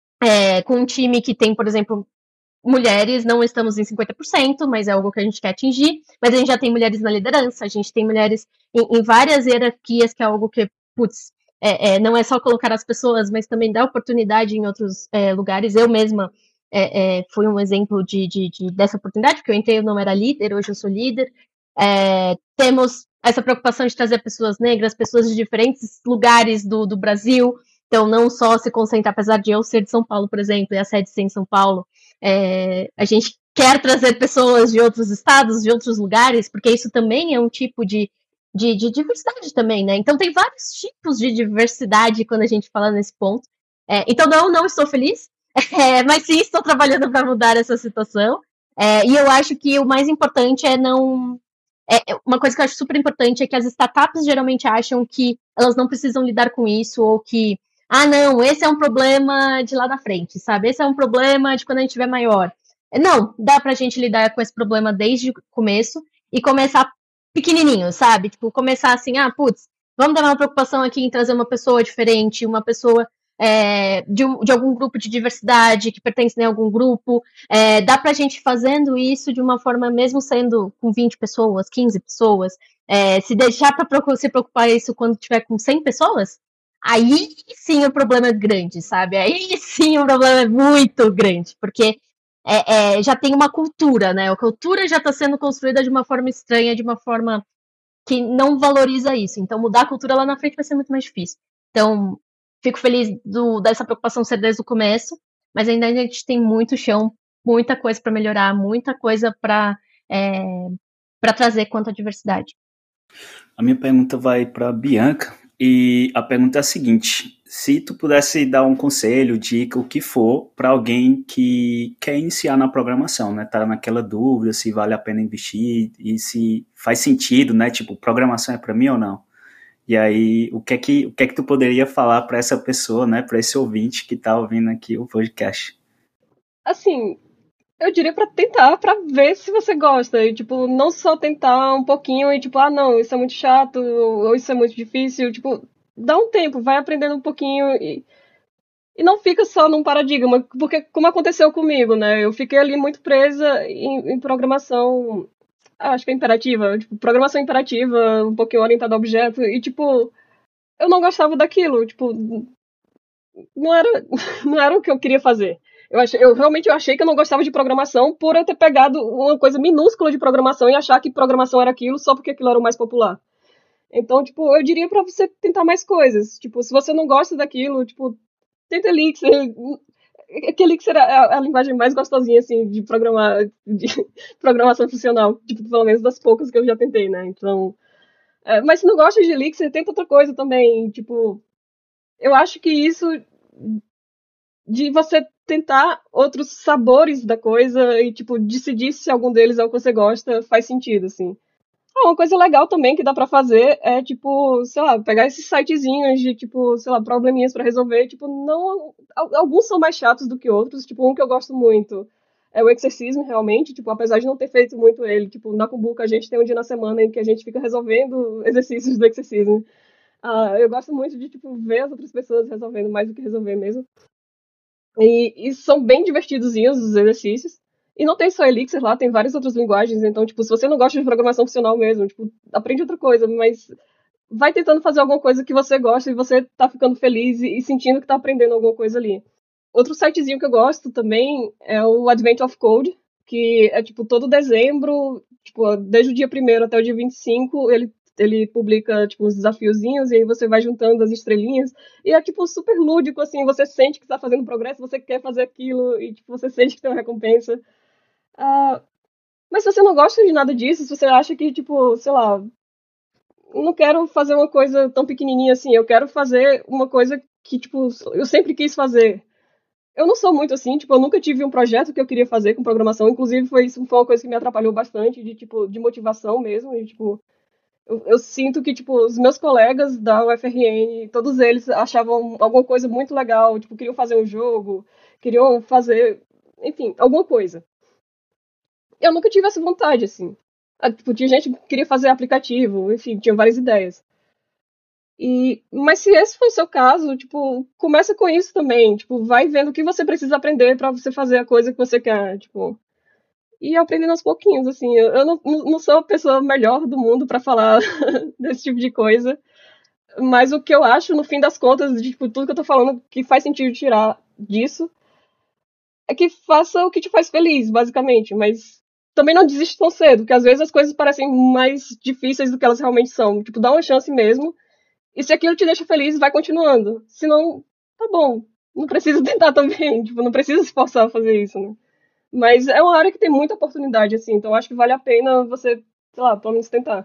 S3: é, com um time que tem, por exemplo, mulheres, não estamos em cinquenta por cento, mas é algo que a gente quer atingir, mas a gente já tem mulheres na liderança, a gente tem mulheres em, em várias hierarquias, que é algo que, putz, é, é, não é só colocar as pessoas, mas também dar oportunidade em outros é, lugares. Eu mesma é, é, fui um exemplo de, de, de, dessa oportunidade, porque eu entrei, eu não era líder, hoje eu sou líder. É, temos essa preocupação de trazer pessoas negras, pessoas de diferentes lugares do, do Brasil, então não só se concentrar, apesar de eu ser de São Paulo, por exemplo, e a sede ser em São Paulo, é, a gente quer trazer pessoas de outros estados, de outros lugares, porque isso também é um tipo de, de, de diversidade também, né? Então tem vários tipos de diversidade quando a gente fala nesse ponto. É, então não, não estou feliz, é, mas sim estou trabalhando para mudar essa situação. É, e eu acho que o mais importante é não... É, uma coisa que eu acho super importante é que as startups geralmente acham que elas não precisam lidar com isso, ou que, ah, não, esse é um problema de lá na frente, sabe? Esse é um problema de quando a gente tiver maior. Não, dá pra gente lidar com esse problema desde o começo e começar pequenininho, sabe? Tipo, começar assim, ah, putz, vamos dar uma preocupação aqui em trazer uma pessoa diferente, uma pessoa é, de, de algum grupo de diversidade, que pertence a algum grupo. É, dá pra gente fazendo isso de uma forma, mesmo sendo com vinte pessoas, quinze pessoas, é, se deixar pra se preocupar isso quando tiver com cem pessoas, aí sim o problema é grande, sabe? Aí sim o problema é muito grande, porque é, é, já tem uma cultura, né? A cultura já está sendo construída de uma forma estranha, de uma forma que não valoriza isso. Então, mudar a cultura lá na frente vai ser muito mais difícil. Então, fico feliz do, dessa preocupação ser desde o começo, mas ainda a gente tem muito chão, muita coisa para melhorar, muita coisa para é, para trazer quanto à diversidade.
S2: A minha pergunta vai para Bianca, e a pergunta é a seguinte: se tu pudesse dar um conselho, dica, o que for, para alguém que quer iniciar na programação, né? Tá naquela dúvida se vale a pena investir e se faz sentido, né? Tipo, programação é para mim ou não? E aí, o que é que, o que é que tu poderia falar para essa pessoa, né? Para esse ouvinte que tá ouvindo aqui o podcast?
S5: Assim, eu diria pra tentar, pra ver se você gosta. E, tipo, não só tentar um pouquinho e, tipo, ah, não, isso é muito chato, ou isso é muito difícil. Tipo, dá um tempo, vai aprendendo um pouquinho e, e não fica só num paradigma. Porque, como aconteceu comigo, né? Eu fiquei ali muito presa em, em programação, acho que é imperativa. Tipo, programação imperativa, um pouquinho orientada a objeto. E, tipo, eu não gostava daquilo. Tipo, não era, não era o que eu queria fazer. Eu, achei, eu realmente eu achei que eu não gostava de programação por eu ter pegado uma coisa minúscula de programação e achar que programação era aquilo só porque aquilo era o mais popular. Então, tipo, eu diria pra você tentar mais coisas. Tipo, se você não gosta daquilo, tipo, tenta Elixir. Que Elixir é a, a linguagem mais gostosinha, assim, de programar, de programação funcional. Tipo, pelo menos das poucas que eu já tentei, né? Então... É, mas se não gosta de Elixir, tenta outra coisa também. Tipo, eu acho que isso de você tentar outros sabores da coisa e, tipo, decidir se algum deles é o que você gosta, faz sentido, assim. Ah, uma coisa legal também que dá pra fazer é, tipo, sei lá, pegar esses sitezinhos de, tipo, sei lá, probleminhas pra resolver. Tipo, não... Alguns são mais chatos do que outros. Tipo, um que eu gosto muito é o Exercism, realmente. Tipo, apesar de não ter feito muito ele. Tipo, na Kumbuka a gente tem um dia na semana em que a gente fica resolvendo exercícios do Exercism. Ah, eu gosto muito de, tipo, ver as outras pessoas resolvendo mais do que resolver mesmo. E, e são bem divertidozinhos os exercícios. E não tem só Elixir lá, tem várias outras linguagens. Então, tipo, se você não gosta de programação funcional mesmo, tipo, aprende outra coisa, mas vai tentando fazer alguma coisa que você gosta e você tá ficando feliz e, e sentindo que tá aprendendo alguma coisa ali. Outro sitezinho que eu gosto também é o Advent of Code, que é, tipo, todo dezembro, tipo, desde o dia primeiro até o dia vinte e cinco, ele ele publica, tipo, uns desafiozinhos, e aí você vai juntando as estrelinhas, e é, tipo, super lúdico, assim, você sente que está fazendo progresso, você quer fazer aquilo, e, tipo, você sente que tem uma recompensa. Uh, mas se você não gosta de nada disso, se você acha que, tipo, sei lá, não quero fazer uma coisa tão pequenininha assim, eu quero fazer uma coisa que, tipo, eu sempre quis fazer. Eu não sou muito assim, tipo, eu nunca tive um projeto que eu queria fazer com programação, inclusive foi, isso foi uma coisa que me atrapalhou bastante, de, tipo, de motivação mesmo, e, tipo, Eu, eu sinto que, tipo, os meus colegas da U F R N, todos eles achavam alguma coisa muito legal, tipo, queriam fazer um jogo, queriam fazer, enfim, alguma coisa. Eu nunca tive essa vontade, assim. Ah, tipo, tinha gente que queria fazer aplicativo, enfim, tinha várias ideias. E, mas se esse for o seu caso, tipo, começa com isso também, tipo, vai vendo o que você precisa aprender para você fazer a coisa que você quer, tipo, e aprendendo aos pouquinhos, assim. Eu, eu não, não sou a pessoa melhor do mundo para falar desse tipo de coisa, mas o que eu acho, no fim das contas, de tipo, tudo que eu tô falando, que faz sentido tirar disso, é que faça o que te faz feliz, basicamente. Mas também não desiste tão cedo, porque às vezes as coisas parecem mais difíceis do que elas realmente são. Tipo, dá uma chance mesmo. E se aquilo te deixa feliz, vai continuando. Se não, tá bom. Não precisa tentar também. Tipo, não precisa se forçar a fazer isso, né? Mas é uma área que tem muita oportunidade, assim. Então acho que vale a pena você, sei lá, pelo menos tentar.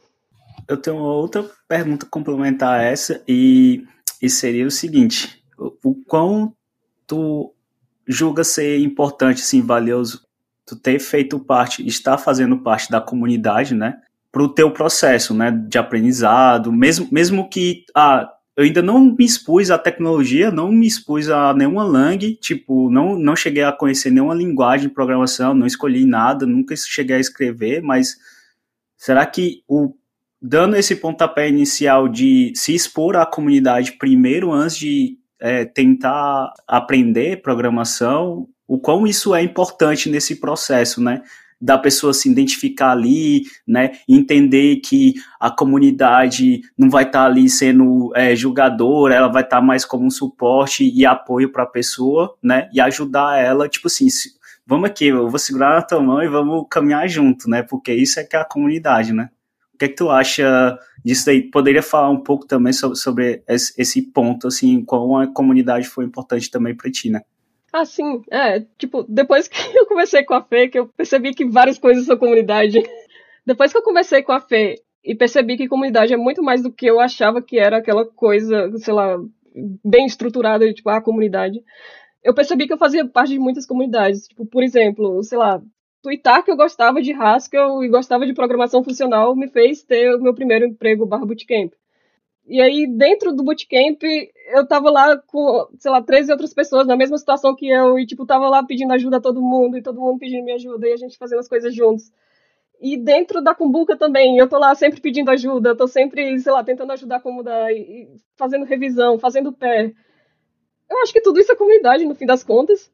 S2: Eu tenho uma outra pergunta complementar a essa, e, e seria o seguinte: o, o quão tu julga ser importante, assim, valioso, tu ter feito parte, estar fazendo parte da comunidade, né, para o teu processo, né, de aprendizado, mesmo, mesmo que, ah, eu ainda não me expus à tecnologia, não me expus a nenhuma lang, tipo, não, não cheguei a conhecer nenhuma linguagem de programação, não escolhi nada, nunca cheguei a escrever, mas será que o dando esse pontapé inicial de se expor à comunidade primeiro, antes de é, tentar aprender programação, o quão isso é importante nesse processo, né? Da pessoa se identificar ali, né? Entender que a comunidade não vai estar ali sendo é, julgadora, ela vai estar mais como um suporte e apoio para a pessoa, né? E ajudar ela, tipo assim, se, vamos aqui, eu vou segurar na tua mão e vamos caminhar junto, né? Porque isso é que é a comunidade, né? O que é que tu acha disso aí? Poderia falar um pouco também sobre, sobre esse ponto, assim, como a comunidade foi importante também para ti, né?
S5: Ah, sim. É, tipo, depois que eu conversei com a Fê, que eu percebi que várias coisas são comunidade. Depois que eu conversei com a Fê e percebi que comunidade é muito mais do que eu achava que era aquela coisa, sei lá, bem estruturada, tipo, a comunidade. Eu percebi que eu fazia parte de muitas comunidades. Tipo, por exemplo, sei lá, twittar que eu gostava de Haskell e gostava de programação funcional me fez ter o meu primeiro emprego barra bootcamp. E aí, dentro do bootcamp, eu tava lá com, sei lá, treze outras pessoas na mesma situação que eu, e, tipo, tava lá pedindo ajuda a todo mundo, e todo mundo pedindo minha ajuda, e a gente fazendo as coisas juntos. E dentro da Kumbuka também, eu tô lá sempre pedindo ajuda, eu tô sempre, sei lá, tentando ajudar a comunidade, e fazendo revisão, fazendo pé. Eu acho que tudo isso é comunidade, no fim das contas.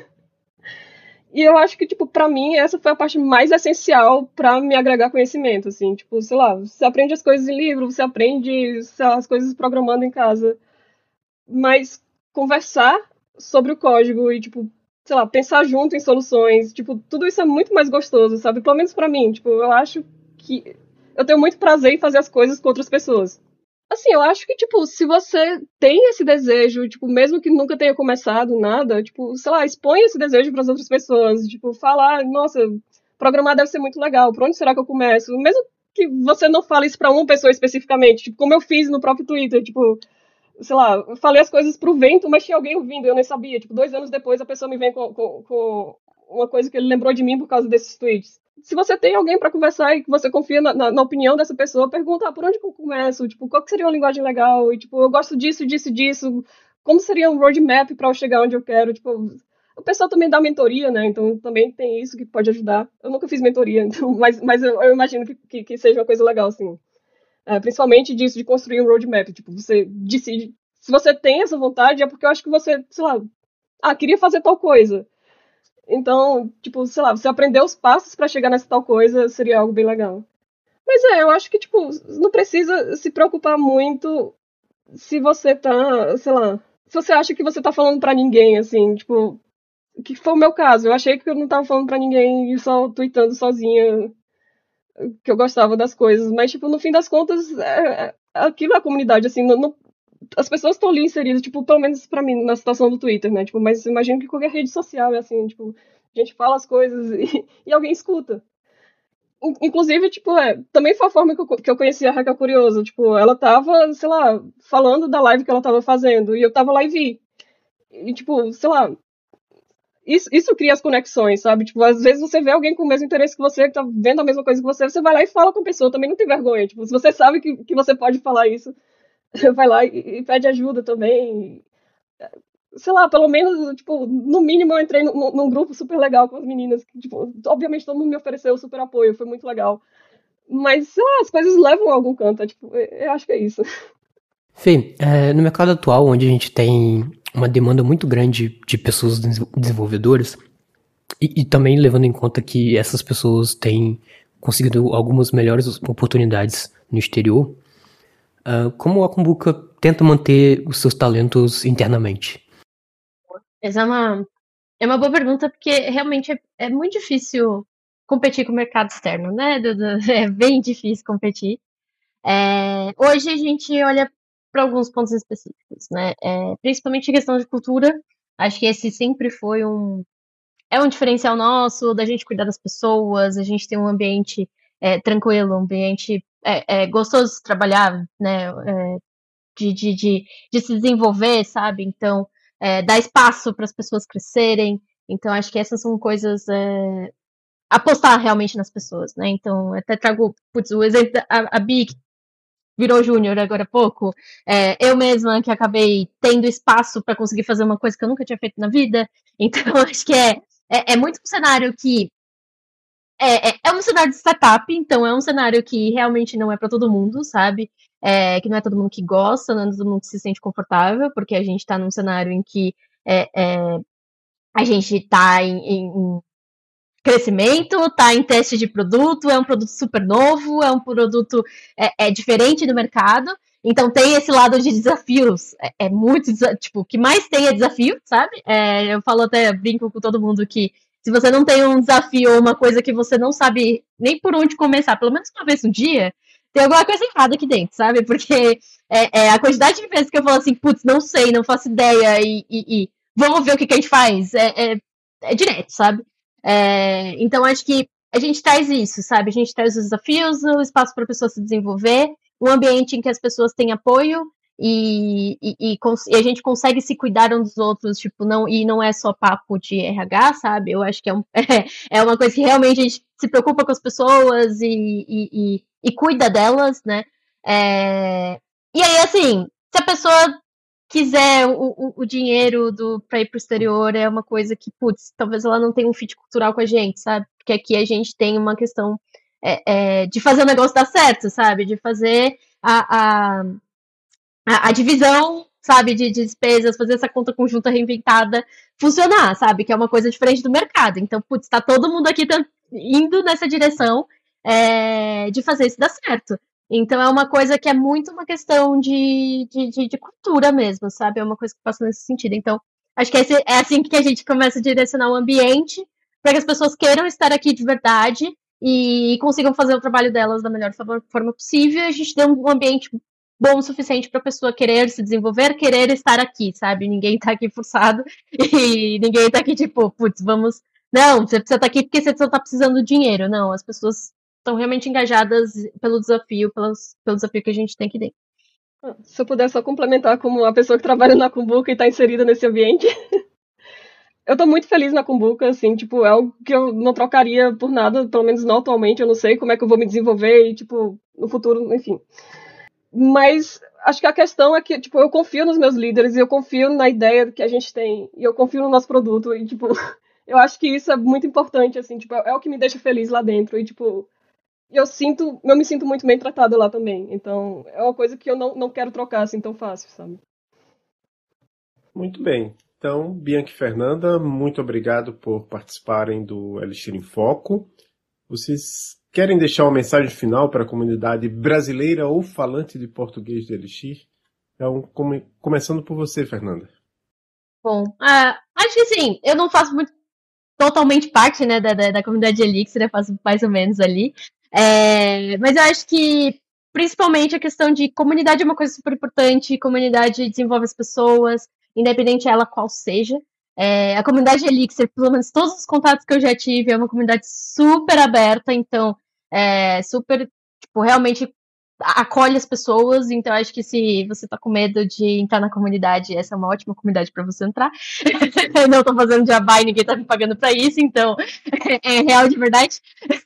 S5: E eu acho que, tipo, pra mim, essa foi a parte mais essencial pra me agregar conhecimento, assim. Tipo, sei lá, você aprende as coisas em livro, você aprende sei lá, as coisas programando em casa. Mas conversar sobre o código e, tipo, sei lá, pensar junto em soluções, tipo, tudo isso é muito mais gostoso, sabe? Pelo menos pra mim, tipo, eu acho que eu tenho muito prazer em fazer as coisas com outras pessoas. Assim, eu acho que, tipo, se você tem esse desejo, tipo, mesmo que nunca tenha começado nada, tipo, sei lá, expõe esse desejo para as outras pessoas, tipo, falar, nossa, programar deve ser muito legal, por onde será que eu começo? Mesmo que você não fale isso para uma pessoa especificamente, tipo, como eu fiz no próprio Twitter, tipo, sei lá, eu falei as coisas pro vento, mas tinha alguém ouvindo, eu nem sabia, tipo, dois anos depois a pessoa me vem com, com, com uma coisa que ele lembrou de mim por causa desses tweets. Se você tem alguém para conversar e que você confia na, na, na opinião dessa pessoa, pergunta, ah, por onde que eu começo? Tipo, qual que seria uma linguagem legal? E, tipo, eu gosto disso, disso, disso. Como seria um roadmap para eu chegar onde eu quero? Tipo, o pessoal também dá mentoria, né? Então, também tem isso que pode ajudar. Eu nunca fiz mentoria, então, mas, mas eu, eu imagino que, que, que seja uma coisa legal, assim. É, principalmente disso, de construir um roadmap. Tipo, você decide... Se você tem essa vontade, é porque eu acho que você, sei lá... Ah, queria fazer tal coisa. Então, tipo, sei lá, você aprender os passos pra chegar nessa tal coisa seria algo bem legal. Mas é, eu acho que, tipo, não precisa se preocupar muito se você tá, sei lá, se você acha que você tá falando pra ninguém, assim, tipo, que foi o meu caso. Eu achei que eu não tava falando pra ninguém e só tweetando sozinha que eu gostava das coisas. Mas, tipo, no fim das contas, é, é, aquilo é a comunidade, assim, não, não, as pessoas estão ali inseridas, tipo, pelo menos pra mim, na situação do Twitter, né? Tipo, mas imagino que qualquer rede social é assim, tipo, a gente fala as coisas e, e alguém escuta. Inclusive, tipo, é, também foi a forma que eu, que eu conheci a Raquel Curioso. Tipo, ela tava, sei lá, falando da live que ela tava fazendo, e eu tava lá e vi. E, tipo, sei lá, isso, isso cria as conexões, sabe? Tipo, às vezes você vê alguém com o mesmo interesse que você, que tá vendo a mesma coisa que você, você vai lá e fala com a pessoa, também não tem vergonha. Tipo, se você sabe que, que você pode falar isso, vai lá e, e pede ajuda também. Sei lá, pelo menos, tipo, no mínimo eu entrei num, num grupo super legal com as meninas. Que, tipo, obviamente todo mundo me ofereceu super apoio, foi muito legal. Mas, sei lá, as coisas levam a algum canto. Tipo, eu acho que é isso.
S4: Fê, é, no mercado atual, onde a gente tem uma demanda muito grande de pessoas desenvolvedoras, e, e também levando em conta que essas pessoas têm conseguido algumas melhores oportunidades no exterior, uh, como a Kumbuka tenta manter os seus talentos internamente?
S3: Essa é uma, é uma boa pergunta, porque realmente é, é muito difícil competir com o mercado externo, né, Dudu? É bem difícil competir. É, hoje a gente olha para alguns pontos específicos, né? É, principalmente a questão de cultura. Acho que esse sempre foi um é um diferencial nosso da gente cuidar das pessoas, a gente tem um ambiente é, tranquilo, um ambiente é, é, gostoso de trabalhar, né? É, de, de, de, de se desenvolver, sabe? Então, é, dar espaço para as pessoas crescerem. Então, acho que essas são coisas. É, apostar realmente nas pessoas, né? Então, até trago putz, o exemplo da a, a Bi, que virou júnior agora há pouco. É, eu mesma que acabei tendo espaço para conseguir fazer uma coisa que eu nunca tinha feito na vida. Então, acho que é, é, é muito um cenário que. É, é, é um cenário de startup, então é um cenário que realmente não é para todo mundo, sabe? É, que não é todo mundo que gosta, não é todo mundo que se sente confortável, porque a gente está num cenário em que é, é, a gente está em, em crescimento, está em teste de produto, é um produto super novo, é um produto é, é diferente do mercado, então tem esse lado de desafios, é, é muito, tipo, o que mais tem é desafio, sabe? É, eu falo até, brinco com todo mundo que se você não tem um desafio ou uma coisa que você não sabe nem por onde começar, pelo menos uma vez no dia, tem alguma coisa errada aqui dentro, sabe? Porque é, é, a quantidade de vezes que eu falo assim, putz, não sei, não faço ideia, e, e, e vamos ver o que, que a gente faz, é, é, é direto, sabe? É, então, acho que a gente traz isso, sabe? A gente traz os desafios, o espaço para a pessoa se desenvolver, um ambiente em que as pessoas têm apoio e, e, e, e a gente consegue se cuidar uns dos outros, tipo, não, e não é só papo de R H, sabe? Eu acho que é, um, é, é uma coisa que realmente a gente se preocupa com as pessoas e, e, e, e cuida delas, né? É, e aí, assim, se a pessoa quiser o, o, o dinheiro do, pra ir pro exterior, é uma coisa que, putz, talvez ela não tenha um fit cultural com a gente, sabe? Porque aqui a gente tem uma questão é, é, de fazer o negócio dar certo, sabe? De fazer a, a, a, a divisão, sabe, de, de despesas, fazer essa conta conjunta reinventada funcionar, sabe? Que é uma coisa diferente do mercado. Então, putz, tá todo mundo aqui indo nessa direção é, de fazer isso dar certo. Então é uma coisa que é muito uma questão de, de, de, de cultura mesmo, sabe? É uma coisa que passa nesse sentido. Então, acho que é assim que a gente começa a direcionar o ambiente para que as pessoas queiram estar aqui de verdade e consigam fazer o trabalho delas da melhor forma possível. A gente dê um ambiente bom o suficiente para a pessoa querer se desenvolver, querer estar aqui, sabe? Ninguém tá aqui forçado e ninguém tá aqui tipo, putz, vamos... Não, você precisa estar aqui porque você só tá precisando de dinheiro. Não, as pessoas estão realmente engajadas pelo desafio, pelos, pelo desafio que a gente tem aqui dentro.
S5: Se eu puder só complementar como uma pessoa que trabalha na Cumbuca e está inserida nesse ambiente... Eu tô muito feliz na Cumbuca, assim, tipo, é algo que eu não trocaria por nada, pelo menos não atualmente, eu não sei como é que eu vou me desenvolver e, tipo, no futuro, enfim. Mas acho que a questão é que, tipo, eu confio nos meus líderes e eu confio na ideia que a gente tem e eu confio no nosso produto e, tipo, eu acho que isso é muito importante, assim, tipo, é o que me deixa feliz lá dentro e, tipo, eu sinto, eu me sinto muito bem tratado lá também, então é uma coisa que eu não, não quero trocar, assim, tão fácil, sabe?
S1: Muito bem. Então, Bianca e Fernanda, muito obrigado por participarem do Elixir em Foco. Vocês querem deixar uma mensagem final para a comunidade brasileira ou falante de português de Elixir? Então, come, começando por você, Fernanda.
S3: Bom, uh, acho que sim, eu não faço muito, totalmente parte, né, da, da, da comunidade de Elixir, eu faço mais ou menos ali. É, mas eu acho que, principalmente, a questão de comunidade é uma coisa super importante, comunidade desenvolve as pessoas, independente ela qual seja. É, a comunidade Elixir, pelo menos todos os contatos que eu já tive, é uma comunidade super aberta, então, é, super, tipo, realmente acolhe as pessoas, então acho que se você tá com medo de entrar na comunidade, essa é uma ótima comunidade para você entrar. Eu não tô fazendo jabá e ninguém tá me pagando para isso, então é real de verdade.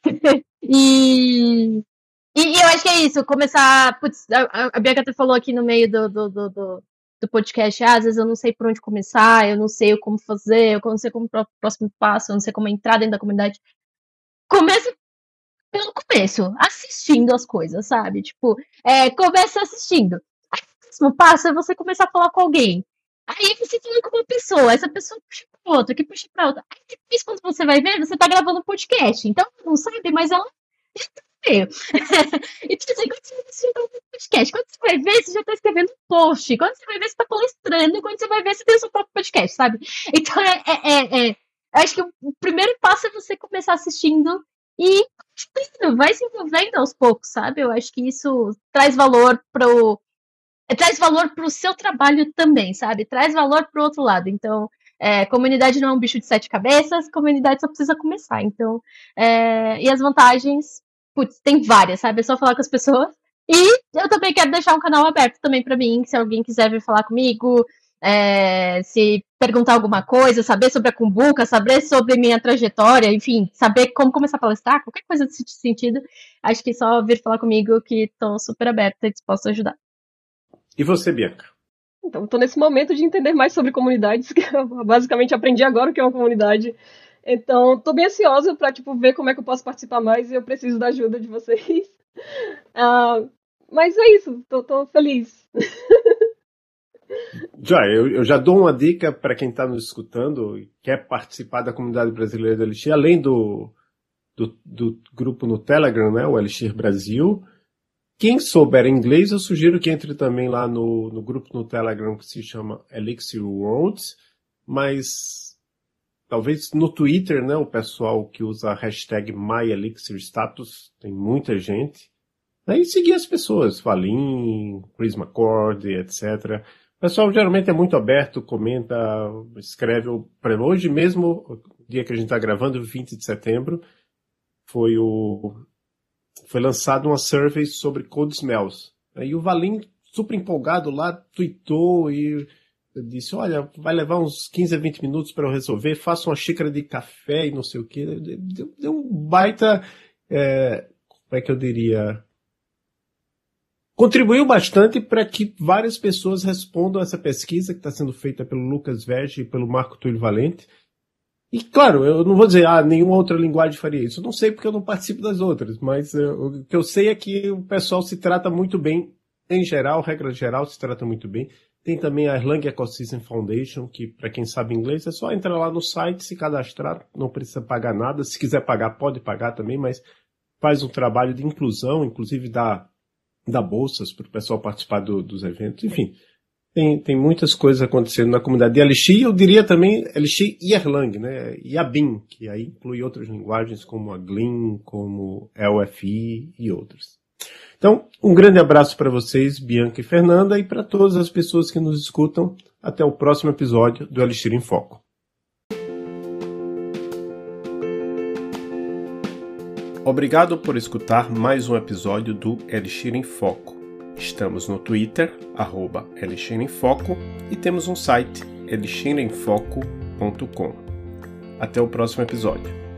S3: E, e, e eu acho que é isso, começar. Putz, a, a Bianca até falou aqui no meio do, do, do, do, do podcast, ah, às vezes eu não sei por onde começar, eu não sei como fazer, eu não sei como o próximo passo, eu não sei como entrar dentro da comunidade. Comece pelo começo, assistindo as coisas, sabe? Tipo, é, começa assistindo. Aí o próximo passo é você começar a falar com alguém. Aí você fala com uma pessoa, essa pessoa puxa pra outra, que puxa pra outra. Aí depois, quando você vai ver, você tá gravando um podcast. Então, não sabe, mas ela já tá meio. E tipo assim, quando você vai ver, você já tá gravando um podcast. Quando você vai ver, você já tá escrevendo um post. Quando você vai ver, você tá palestrando. Quando você vai ver, você tem o seu próprio podcast, sabe? Então, é, é, é, é. Eu acho que o primeiro passo é você começar assistindo e vai se envolvendo aos poucos, sabe? Eu acho que isso traz valor pro... traz valor pro seu trabalho também, sabe? Traz valor pro outro lado. Então, é, comunidade não é um bicho de sete cabeças, comunidade só precisa começar. Então, é, e as vantagens, putz, tem várias, sabe? É só falar com as pessoas. E eu também quero deixar um canal aberto também para mim, se alguém quiser vir falar comigo, é, se perguntar alguma coisa, saber sobre a Cumbuca, saber sobre minha trajetória, enfim, saber como começar a palestrar, qualquer coisa desse sentido, acho que só vir falar comigo que estou super aberta e disposta a ajudar.
S1: E você, Bianca?
S5: Então, estou nesse momento de entender mais sobre comunidades, que eu basicamente aprendi agora o que é uma comunidade. Então, estou bem ansiosa para tipo, ver como é que eu posso participar mais e eu preciso da ajuda de vocês. Uh, mas é isso, estou feliz.
S1: Já, eu, eu já dou uma dica para quem está nos escutando e quer participar da comunidade brasileira do Elixir, além do, do, do grupo no Telegram, né, o Elixir Brasil. Quem souber inglês, eu sugiro que entre também lá no, no grupo no Telegram que se chama Elixir World, mas talvez no Twitter, né, o pessoal que usa a hashtag MyElixirStatus, tem muita gente. Aí seguir as pessoas, Valim, Chris McCord, etcétera. O pessoal geralmente é muito aberto, comenta, escreve. Hoje mesmo, o dia que a gente está gravando, vinte de setembro, foi, o, foi lançado uma survey sobre Cold Smells. Aí o Valim, super empolgado lá, tweetou e disse, olha, vai levar uns quinze a vinte minutos para eu resolver, faça uma xícara de café e não sei o quê. Deu, deu um baita, é, como é que eu diria... Contribuiu bastante para que várias pessoas respondam essa pesquisa que está sendo feita pelo Lucas Vege e pelo Marco Túlio Valente. E, claro, eu não vou dizer, ah, nenhuma outra linguagem faria isso. Eu não sei porque eu não participo das outras, mas uh, o que eu sei é que o pessoal se trata muito bem, em geral, regra geral, se trata muito bem. Tem também a Erlang Ecosystem Foundation, que, para quem sabe inglês, é só entrar lá no site, se cadastrar, não precisa pagar nada. Se quiser pagar, pode pagar também, mas faz um trabalho de inclusão, inclusive dá... dá bolsas para o pessoal participar do, dos eventos, enfim. Tem, tem muitas coisas acontecendo na comunidade de Elixir, eu diria também Elixir e Erlang, né? E a B I M, que aí inclui outras linguagens como a Gleam, como L F I e outras. Então, um grande abraço para vocês, Bianca e Fernanda, e para todas as pessoas que nos escutam. Até o próximo episódio do Elixir em Foco. Obrigado por escutar mais um episódio do Elixir em Foco. Estamos no Twitter, arroba Elixir em Foco, e temos um site, elixir em foco ponto com. Até o próximo episódio.